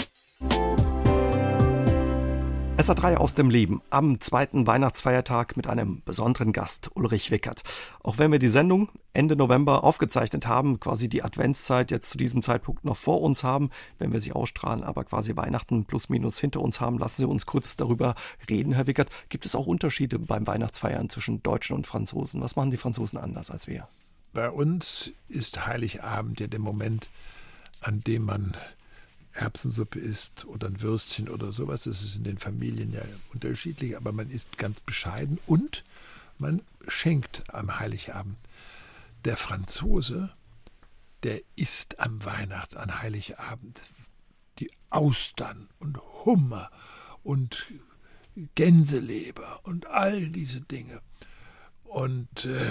SA3 aus dem Leben am zweiten Weihnachtsfeiertag mit einem besonderen Gast, Ulrich Wickert. Auch wenn wir die Sendung Ende November aufgezeichnet haben, quasi die Adventszeit jetzt zu diesem Zeitpunkt noch vor uns haben, wenn wir sie ausstrahlen, aber quasi Weihnachten plus minus hinter uns haben, lassen Sie uns kurz darüber reden, Herr Wickert. Gibt es auch Unterschiede beim Weihnachtsfeiern zwischen Deutschen und Franzosen? Was machen die Franzosen anders als wir? Bei uns ist Heiligabend ja der Moment, an dem man Erbsensuppe isst oder ein Würstchen oder sowas. Das ist in den Familien ja unterschiedlich, aber man isst ganz bescheiden und man schenkt am Heiligabend. Der Franzose, der isst an Heiligabend die Austern und Hummer und Gänseleber und all diese Dinge und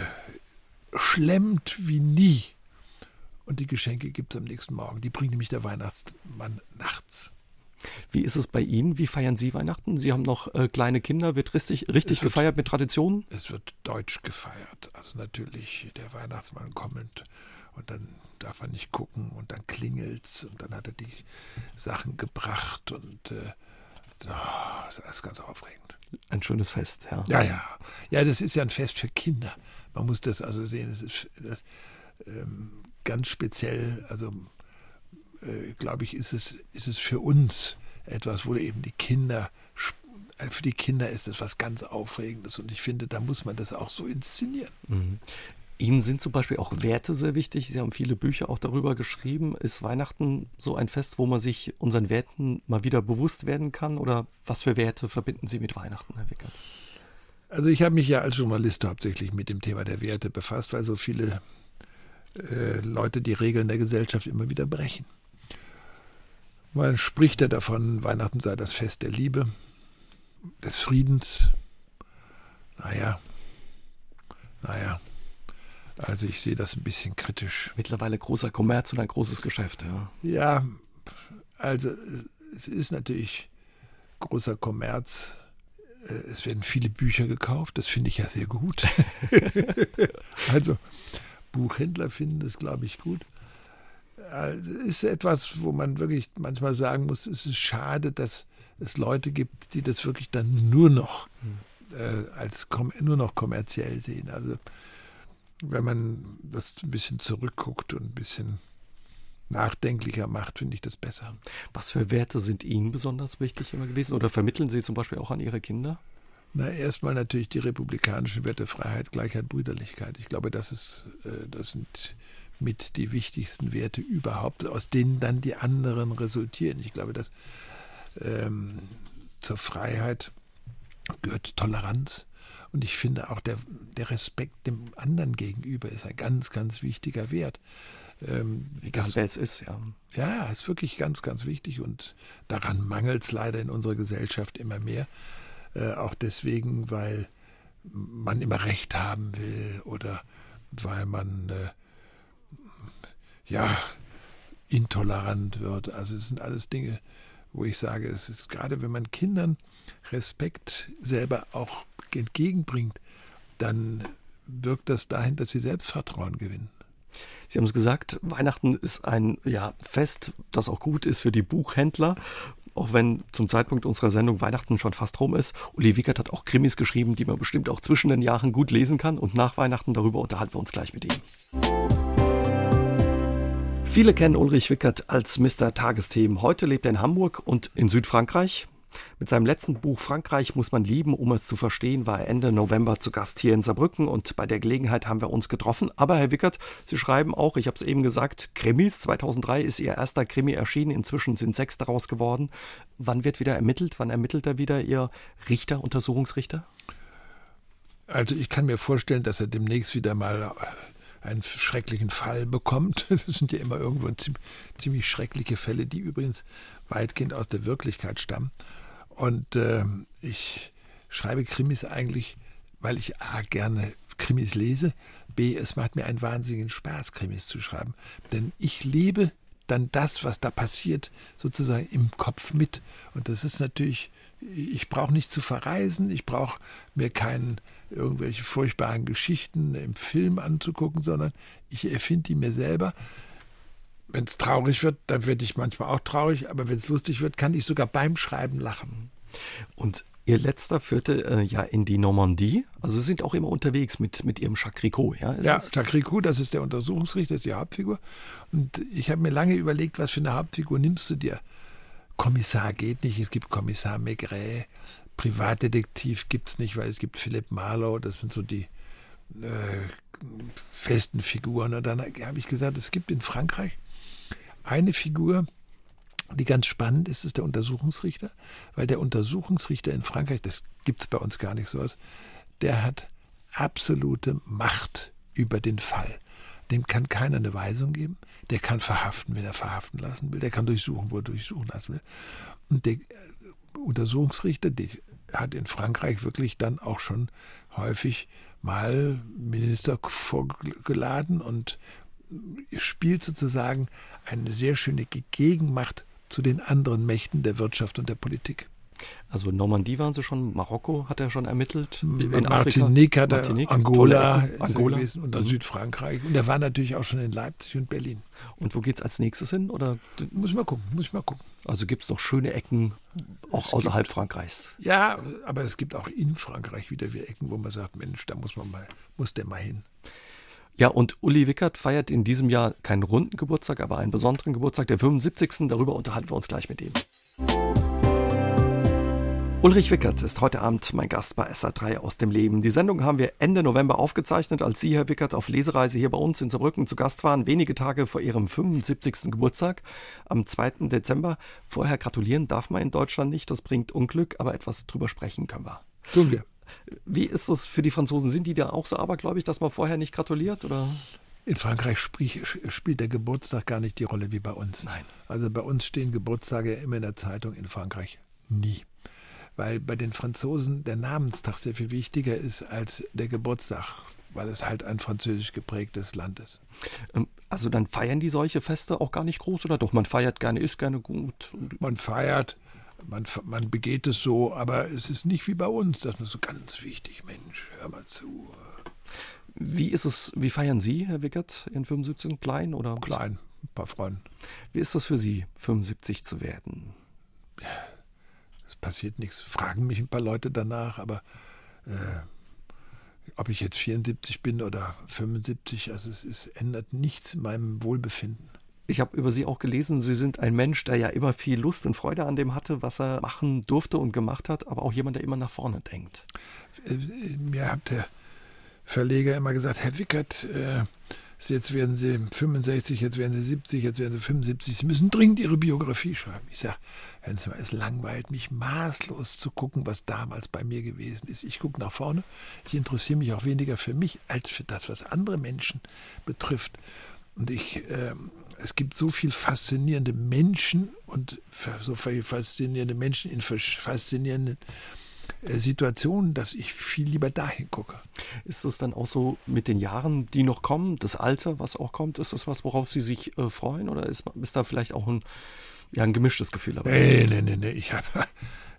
schlemmt wie nie. Und die Geschenke gibt es am nächsten Morgen. Die bringt nämlich der Weihnachtsmann nachts. Wie ist es bei Ihnen? Wie feiern Sie Weihnachten? Sie haben noch kleine Kinder. Wird richtig gefeiert mit Traditionen? Es wird deutsch gefeiert. Also natürlich der Weihnachtsmann kommt und dann darf er nicht gucken und dann klingelt's und dann hat er die Sachen gebracht und das ist ganz aufregend. Ein schönes Fest, ja. Ja, das ist ja ein Fest für Kinder. Man muss das also sehen. Das ist ganz speziell, also glaube ich, ist es für uns etwas, wo eben für die Kinder ist es was ganz Aufregendes und ich finde, da muss man das auch so inszenieren. Mhm. Ihnen sind zum Beispiel auch Werte sehr wichtig. Sie haben viele Bücher auch darüber geschrieben. Ist Weihnachten so ein Fest, wo man sich unseren Werten mal wieder bewusst werden kann? Oder was für Werte verbinden Sie mit Weihnachten, Herr Wickert? Also ich habe mich ja als Journalist hauptsächlich mit dem Thema der Werte befasst, weil so viele Leute die Regeln der Gesellschaft immer wieder brechen. Man spricht ja davon, Weihnachten sei das Fest der Liebe, des Friedens. Naja, also ich sehe das ein bisschen kritisch. Mittlerweile großer Kommerz und ein großes Geschäft, ja. Ja, also es ist natürlich großer Kommerz. Es werden viele Bücher gekauft, das finde ich ja sehr gut. Also Buchhändler finden das, glaube ich, gut. Es ist etwas, wo man wirklich manchmal sagen muss, es ist schade, dass es Leute gibt, die das wirklich dann nur noch nur noch kommerziell sehen. Also wenn man das ein bisschen zurückguckt und ein bisschen nachdenklicher macht, finde ich das besser. Was für Werte sind Ihnen besonders wichtig immer gewesen oder vermitteln Sie zum Beispiel auch an Ihre Kinder? Na, erstmal natürlich die republikanischen Werte Freiheit, Gleichheit, Brüderlichkeit. Ich glaube, das sind mit die wichtigsten Werte überhaupt, aus denen dann die anderen resultieren. Ich glaube, dass zur Freiheit gehört Toleranz. Und ich finde auch der Respekt dem anderen gegenüber ist ein ganz, ganz wichtiger Wert. Wie das es ist, ja. Ja, ist wirklich ganz, ganz wichtig und daran mangelt es leider in unserer Gesellschaft immer mehr. Auch deswegen, weil man immer Recht haben will oder weil man intolerant wird. Also es sind alles Dinge, wo ich sage, es ist gerade, wenn man Kindern Respekt selber auch entgegenbringt, dann wirkt das dahin, dass sie Selbstvertrauen gewinnen. Sie haben es gesagt, Weihnachten ist ein Fest, das auch gut ist für die Buchhändler. auch wenn zum Zeitpunkt unserer Sendung Weihnachten schon fast rum ist. Uli Wickert hat auch Krimis geschrieben, die man bestimmt auch zwischen den Jahren gut lesen kann. Und nach Weihnachten, darüber unterhalten wir uns gleich mit ihm. Viele kennen Ulrich Wickert als Mr. Tagesthemen. Heute lebt er in Hamburg und in Südfrankreich. Mit seinem letzten Buch Frankreich muss man lieben, um es zu verstehen, war er Ende November zu Gast hier in Saarbrücken und bei der Gelegenheit haben wir uns getroffen. Aber Herr Wickert, Sie schreiben auch, ich habe es eben gesagt, Krimis. 2003 ist Ihr erster Krimi erschienen, inzwischen sind 6 daraus geworden. Wann wird wieder ermittelt? Wann ermittelt er wieder, Ihr Richter, Untersuchungsrichter? Also ich kann mir vorstellen, dass er demnächst wieder mal einen schrecklichen Fall bekommt. Das sind ja immer irgendwo ziemlich schreckliche Fälle, die übrigens weitgehend aus der Wirklichkeit stammen. Und ich schreibe Krimis eigentlich, weil ich A, gerne Krimis lese, B, es macht mir einen wahnsinnigen Spaß, Krimis zu schreiben. Denn ich lebe dann das, was da passiert, sozusagen im Kopf mit. Und das ist natürlich, ich brauche nicht zu verreisen, ich brauche mir irgendwelche furchtbaren Geschichten im Film anzugucken, sondern ich erfinde die mir selber. Wenn es traurig wird, dann werde ich manchmal auch traurig, aber wenn es lustig wird, kann ich sogar beim Schreiben lachen. Und Ihr letzter führte ja in die Normandie, also Sie sind auch immer unterwegs mit Ihrem Jacques Ricot. Ja, Jacques Ricot, das ist der Untersuchungsrichter, das ist die Hauptfigur. Und ich habe mir lange überlegt, was für eine Hauptfigur nimmst du dir? Kommissar geht nicht, es gibt Kommissar Maigret, Privatdetektiv gibt es nicht, weil es gibt Philipp Marlowe, das sind so die festen Figuren. Und dann habe ich gesagt, es gibt in Frankreich eine Figur, die ganz spannend ist der Untersuchungsrichter, weil der Untersuchungsrichter in Frankreich, das gibt es bei uns gar nicht so, der hat absolute Macht über den Fall. Dem kann keiner eine Weisung geben, der kann verhaften, wenn er verhaften lassen will, der kann durchsuchen, wo er durchsuchen lassen will. Und der Untersuchungsrichter, der hat in Frankreich wirklich dann auch schon häufig mal Minister vorgeladen und spielt sozusagen eine sehr schöne Gegenmacht zu den anderen Mächten der Wirtschaft und der Politik. Also Normandie waren Sie schon, Marokko hat er schon ermittelt, in Martinique hat er, Angola gewesen und dann Südfrankreich. Und er war natürlich auch schon in Leipzig und Berlin. Und wo geht's als nächstes hin? Oder? Muss ich mal gucken. Also gibt es noch schöne Ecken, auch außerhalb Frankreichs? Ja, aber es gibt auch in Frankreich wieder Ecken, wo man sagt, Mensch, da muss der mal hin. Ja, und Uli Wickert feiert in diesem Jahr keinen runden Geburtstag, aber einen besonderen Geburtstag, der 75. Darüber unterhalten wir uns gleich mit ihm. Ulrich Wickert ist heute Abend mein Gast bei SA3 aus dem Leben. Die Sendung haben wir Ende November aufgezeichnet, als Sie, Herr Wickert, auf Lesereise hier bei uns in Saarbrücken zu Gast waren, wenige Tage vor Ihrem 75. Geburtstag am 2. Dezember. Vorher gratulieren darf man in Deutschland nicht, das bringt Unglück, aber etwas drüber sprechen können wir. Tun wir. Wie ist das für die Franzosen? Sind die da auch so abergläubig, dass man vorher nicht gratuliert? Oder? In Frankreich spielt der Geburtstag gar nicht die Rolle wie bei uns. Nein. Also bei uns stehen Geburtstage immer in der Zeitung, in Frankreich nie. Weil bei den Franzosen der Namenstag sehr viel wichtiger ist als der Geburtstag, weil es halt ein französisch geprägtes Land ist. Also dann feiern die solche Feste auch gar nicht groß, oder doch? Man feiert gerne, isst gerne gut? Man feiert, man begeht es so, aber es ist nicht wie bei uns, das ist so ganz wichtig, Mensch, hör mal zu. Wie feiern Sie, Herr Wickert, Ihren 75. Klein? Oder? Klein, ein paar Freunde. Wie ist das für Sie, 75 zu werden? Ja. Passiert nichts. Fragen mich ein paar Leute danach, aber ob ich jetzt 74 bin oder 75, also es ändert nichts in meinem Wohlbefinden. Ich habe über Sie auch gelesen, Sie sind ein Mensch, der ja immer viel Lust und Freude an dem hatte, was er machen durfte und gemacht hat, aber auch jemand, der immer nach vorne denkt. Mir hat der Verleger immer gesagt, Herr Wickert, jetzt werden Sie 65, jetzt werden Sie 70, jetzt werden Sie 75. Sie müssen dringend Ihre Biografie schreiben. Ich sage, es langweilt mich maßlos zu gucken, was damals bei mir gewesen ist. Ich gucke nach vorne. Ich interessiere mich auch weniger für mich, als für das, was andere Menschen betrifft. Und es gibt so viel faszinierende Menschen und so viele faszinierende Menschen in faszinierenden Situationen, dass ich viel lieber dahin gucke. Ist es dann auch so mit den Jahren, die noch kommen, das Alter, was auch kommt, ist das was, worauf Sie sich freuen, oder ist da vielleicht auch ein gemischtes Gefühl dabei? Nee. Ich habe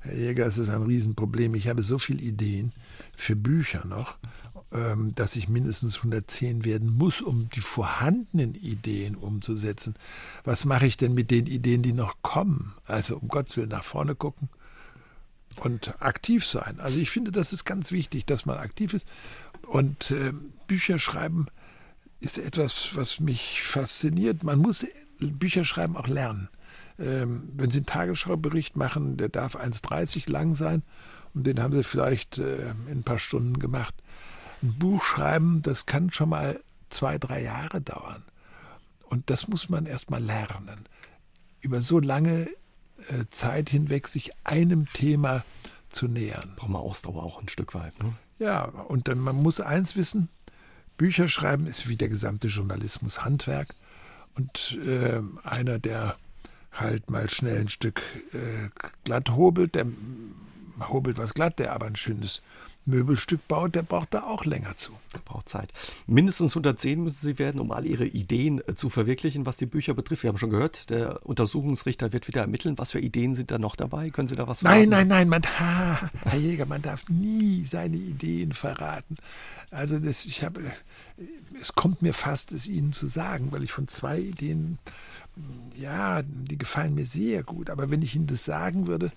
Herr Jäger, es ist ein Riesenproblem. Ich habe so viele Ideen für Bücher noch, dass ich mindestens 110 werden muss, um die vorhandenen Ideen umzusetzen. Was mache ich denn mit den Ideen, die noch kommen? Also um Gottes Willen nach vorne gucken und aktiv sein. Also ich finde, das ist ganz wichtig, dass man aktiv ist. Und Bücher schreiben ist etwas, was mich fasziniert. Man muss Bücher schreiben auch lernen. Wenn Sie einen Tagesschaubericht machen, der darf 1,30 lang sein und den haben Sie vielleicht in ein paar Stunden gemacht. Ein Buch schreiben, das kann schon mal 2-3 Jahre dauern. Und das muss man erst mal lernen. Über so lange Zeit hinweg sich einem Thema zu nähern. Braucht man Ausdauer auch ein Stück weit. Ne? Ja, und dann man muss eins wissen, Bücher schreiben ist wie der gesamte Journalismus Handwerk. Und einer, der halt mal schnell ein Stück glatt hobelt, der hobelt was glatt, der aber ein schönes Möbelstück baut, der braucht da auch länger zu. Der braucht Zeit. Mindestens 110 müssen Sie werden, um all Ihre Ideen zu verwirklichen, was die Bücher betrifft. Wir haben schon gehört, der Untersuchungsrichter wird wieder ermitteln. Was für Ideen sind da noch dabei? Können Sie da was verraten? Nein, Herr Jäger, man darf nie seine Ideen verraten. Also es kommt mir fast, es Ihnen zu sagen, weil ich von 2 Ideen, ja, die gefallen mir sehr gut. Aber wenn ich Ihnen das sagen würde,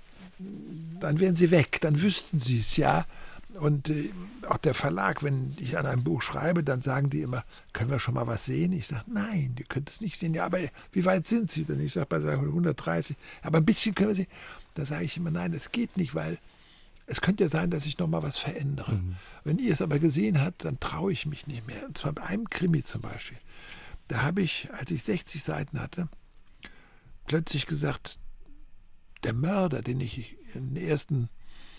dann wären sie weg, dann wüssten sie es, ja. Und auch der Verlag, wenn ich an einem Buch schreibe, dann sagen die immer, können wir schon mal was sehen? Ich sage, nein, ihr könnt es nicht sehen. Ja, aber wie weit sind Sie denn? Ich sage bei 130, aber ein bisschen können wir sehen. Da sage ich immer, nein, das geht nicht, weil es könnte ja sein, dass ich noch mal was verändere. Mhm. Wenn ihr es aber gesehen habt, dann traue ich mich nicht mehr. Und zwar bei einem Krimi zum Beispiel. Da habe ich, als ich 60 Seiten hatte, plötzlich gesagt, der Mörder, den ich in den ersten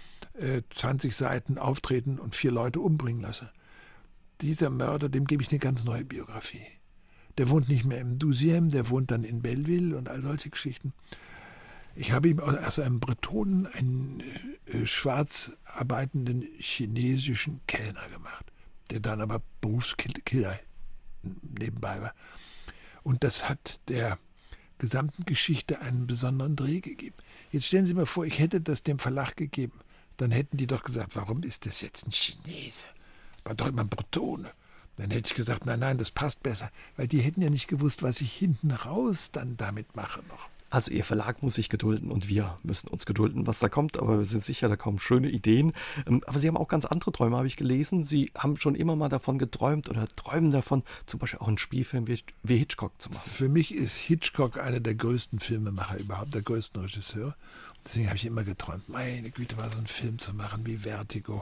20 Seiten auftreten und 4 Leute umbringen lasse, dieser Mörder, dem gebe ich eine ganz neue Biografie. Der wohnt nicht mehr im 12e, der wohnt dann in Belleville und all solche Geschichten. Ich habe ihm aus einem Bretonen einen schwarz arbeitenden chinesischen Kellner gemacht, der dann aber Berufskiller nebenbei war. Und das hat der gesamten Geschichte einen besonderen Dreh gegeben. Jetzt stellen Sie mal vor, ich hätte das dem Verlag gegeben. Dann hätten die doch gesagt, warum ist das jetzt ein Chinese? War doch immer ein Bretone. Dann hätte ich gesagt, nein, das passt besser. Weil die hätten ja nicht gewusst, was ich hinten raus dann damit mache noch. Also Ihr Verlag muss sich gedulden und wir müssen uns gedulden, was da kommt. Aber wir sind sicher, da kommen schöne Ideen. Aber Sie haben auch ganz andere Träume, habe ich gelesen. Sie haben schon immer mal davon geträumt oder träumen davon, zum Beispiel auch einen Spielfilm wie Hitchcock zu machen. Für mich ist Hitchcock einer der größten Filmemacher überhaupt, der größten Regisseur. Deswegen habe ich immer geträumt, meine Güte, mal so einen Film zu machen wie Vertigo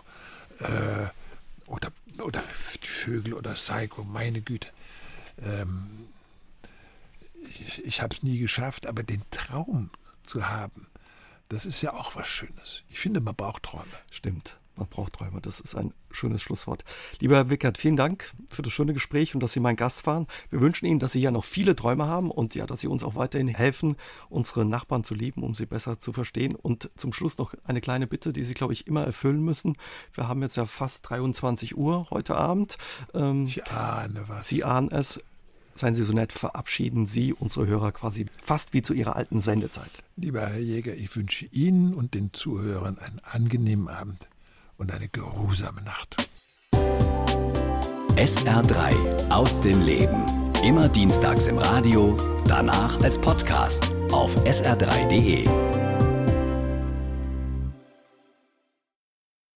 oder Die Vögel oder Psycho, meine Güte. Ich habe es nie geschafft, aber den Traum zu haben, das ist ja auch was Schönes. Ich finde, man braucht Träume. Stimmt, man braucht Träume. Das ist ein schönes Schlusswort. Lieber Herr Wickert, vielen Dank für das schöne Gespräch und dass Sie mein Gast waren. Wir wünschen Ihnen, dass Sie ja noch viele Träume haben und ja, dass Sie uns auch weiterhin helfen, unsere Nachbarn zu lieben, um sie besser zu verstehen. Und zum Schluss noch eine kleine Bitte, die Sie, glaube ich, immer erfüllen müssen. Wir haben jetzt ja fast 23 Uhr heute Abend. Ich ahne was. Sie ahnen es. Seien Sie so nett, verabschieden Sie unsere Hörer quasi fast wie zu Ihrer alten Sendezeit. Lieber Herr Jäger, ich wünsche Ihnen und den Zuhörern einen angenehmen Abend und eine geruhsame Nacht. SR3 aus dem Leben. Immer dienstags im Radio, danach als Podcast auf sr3.de.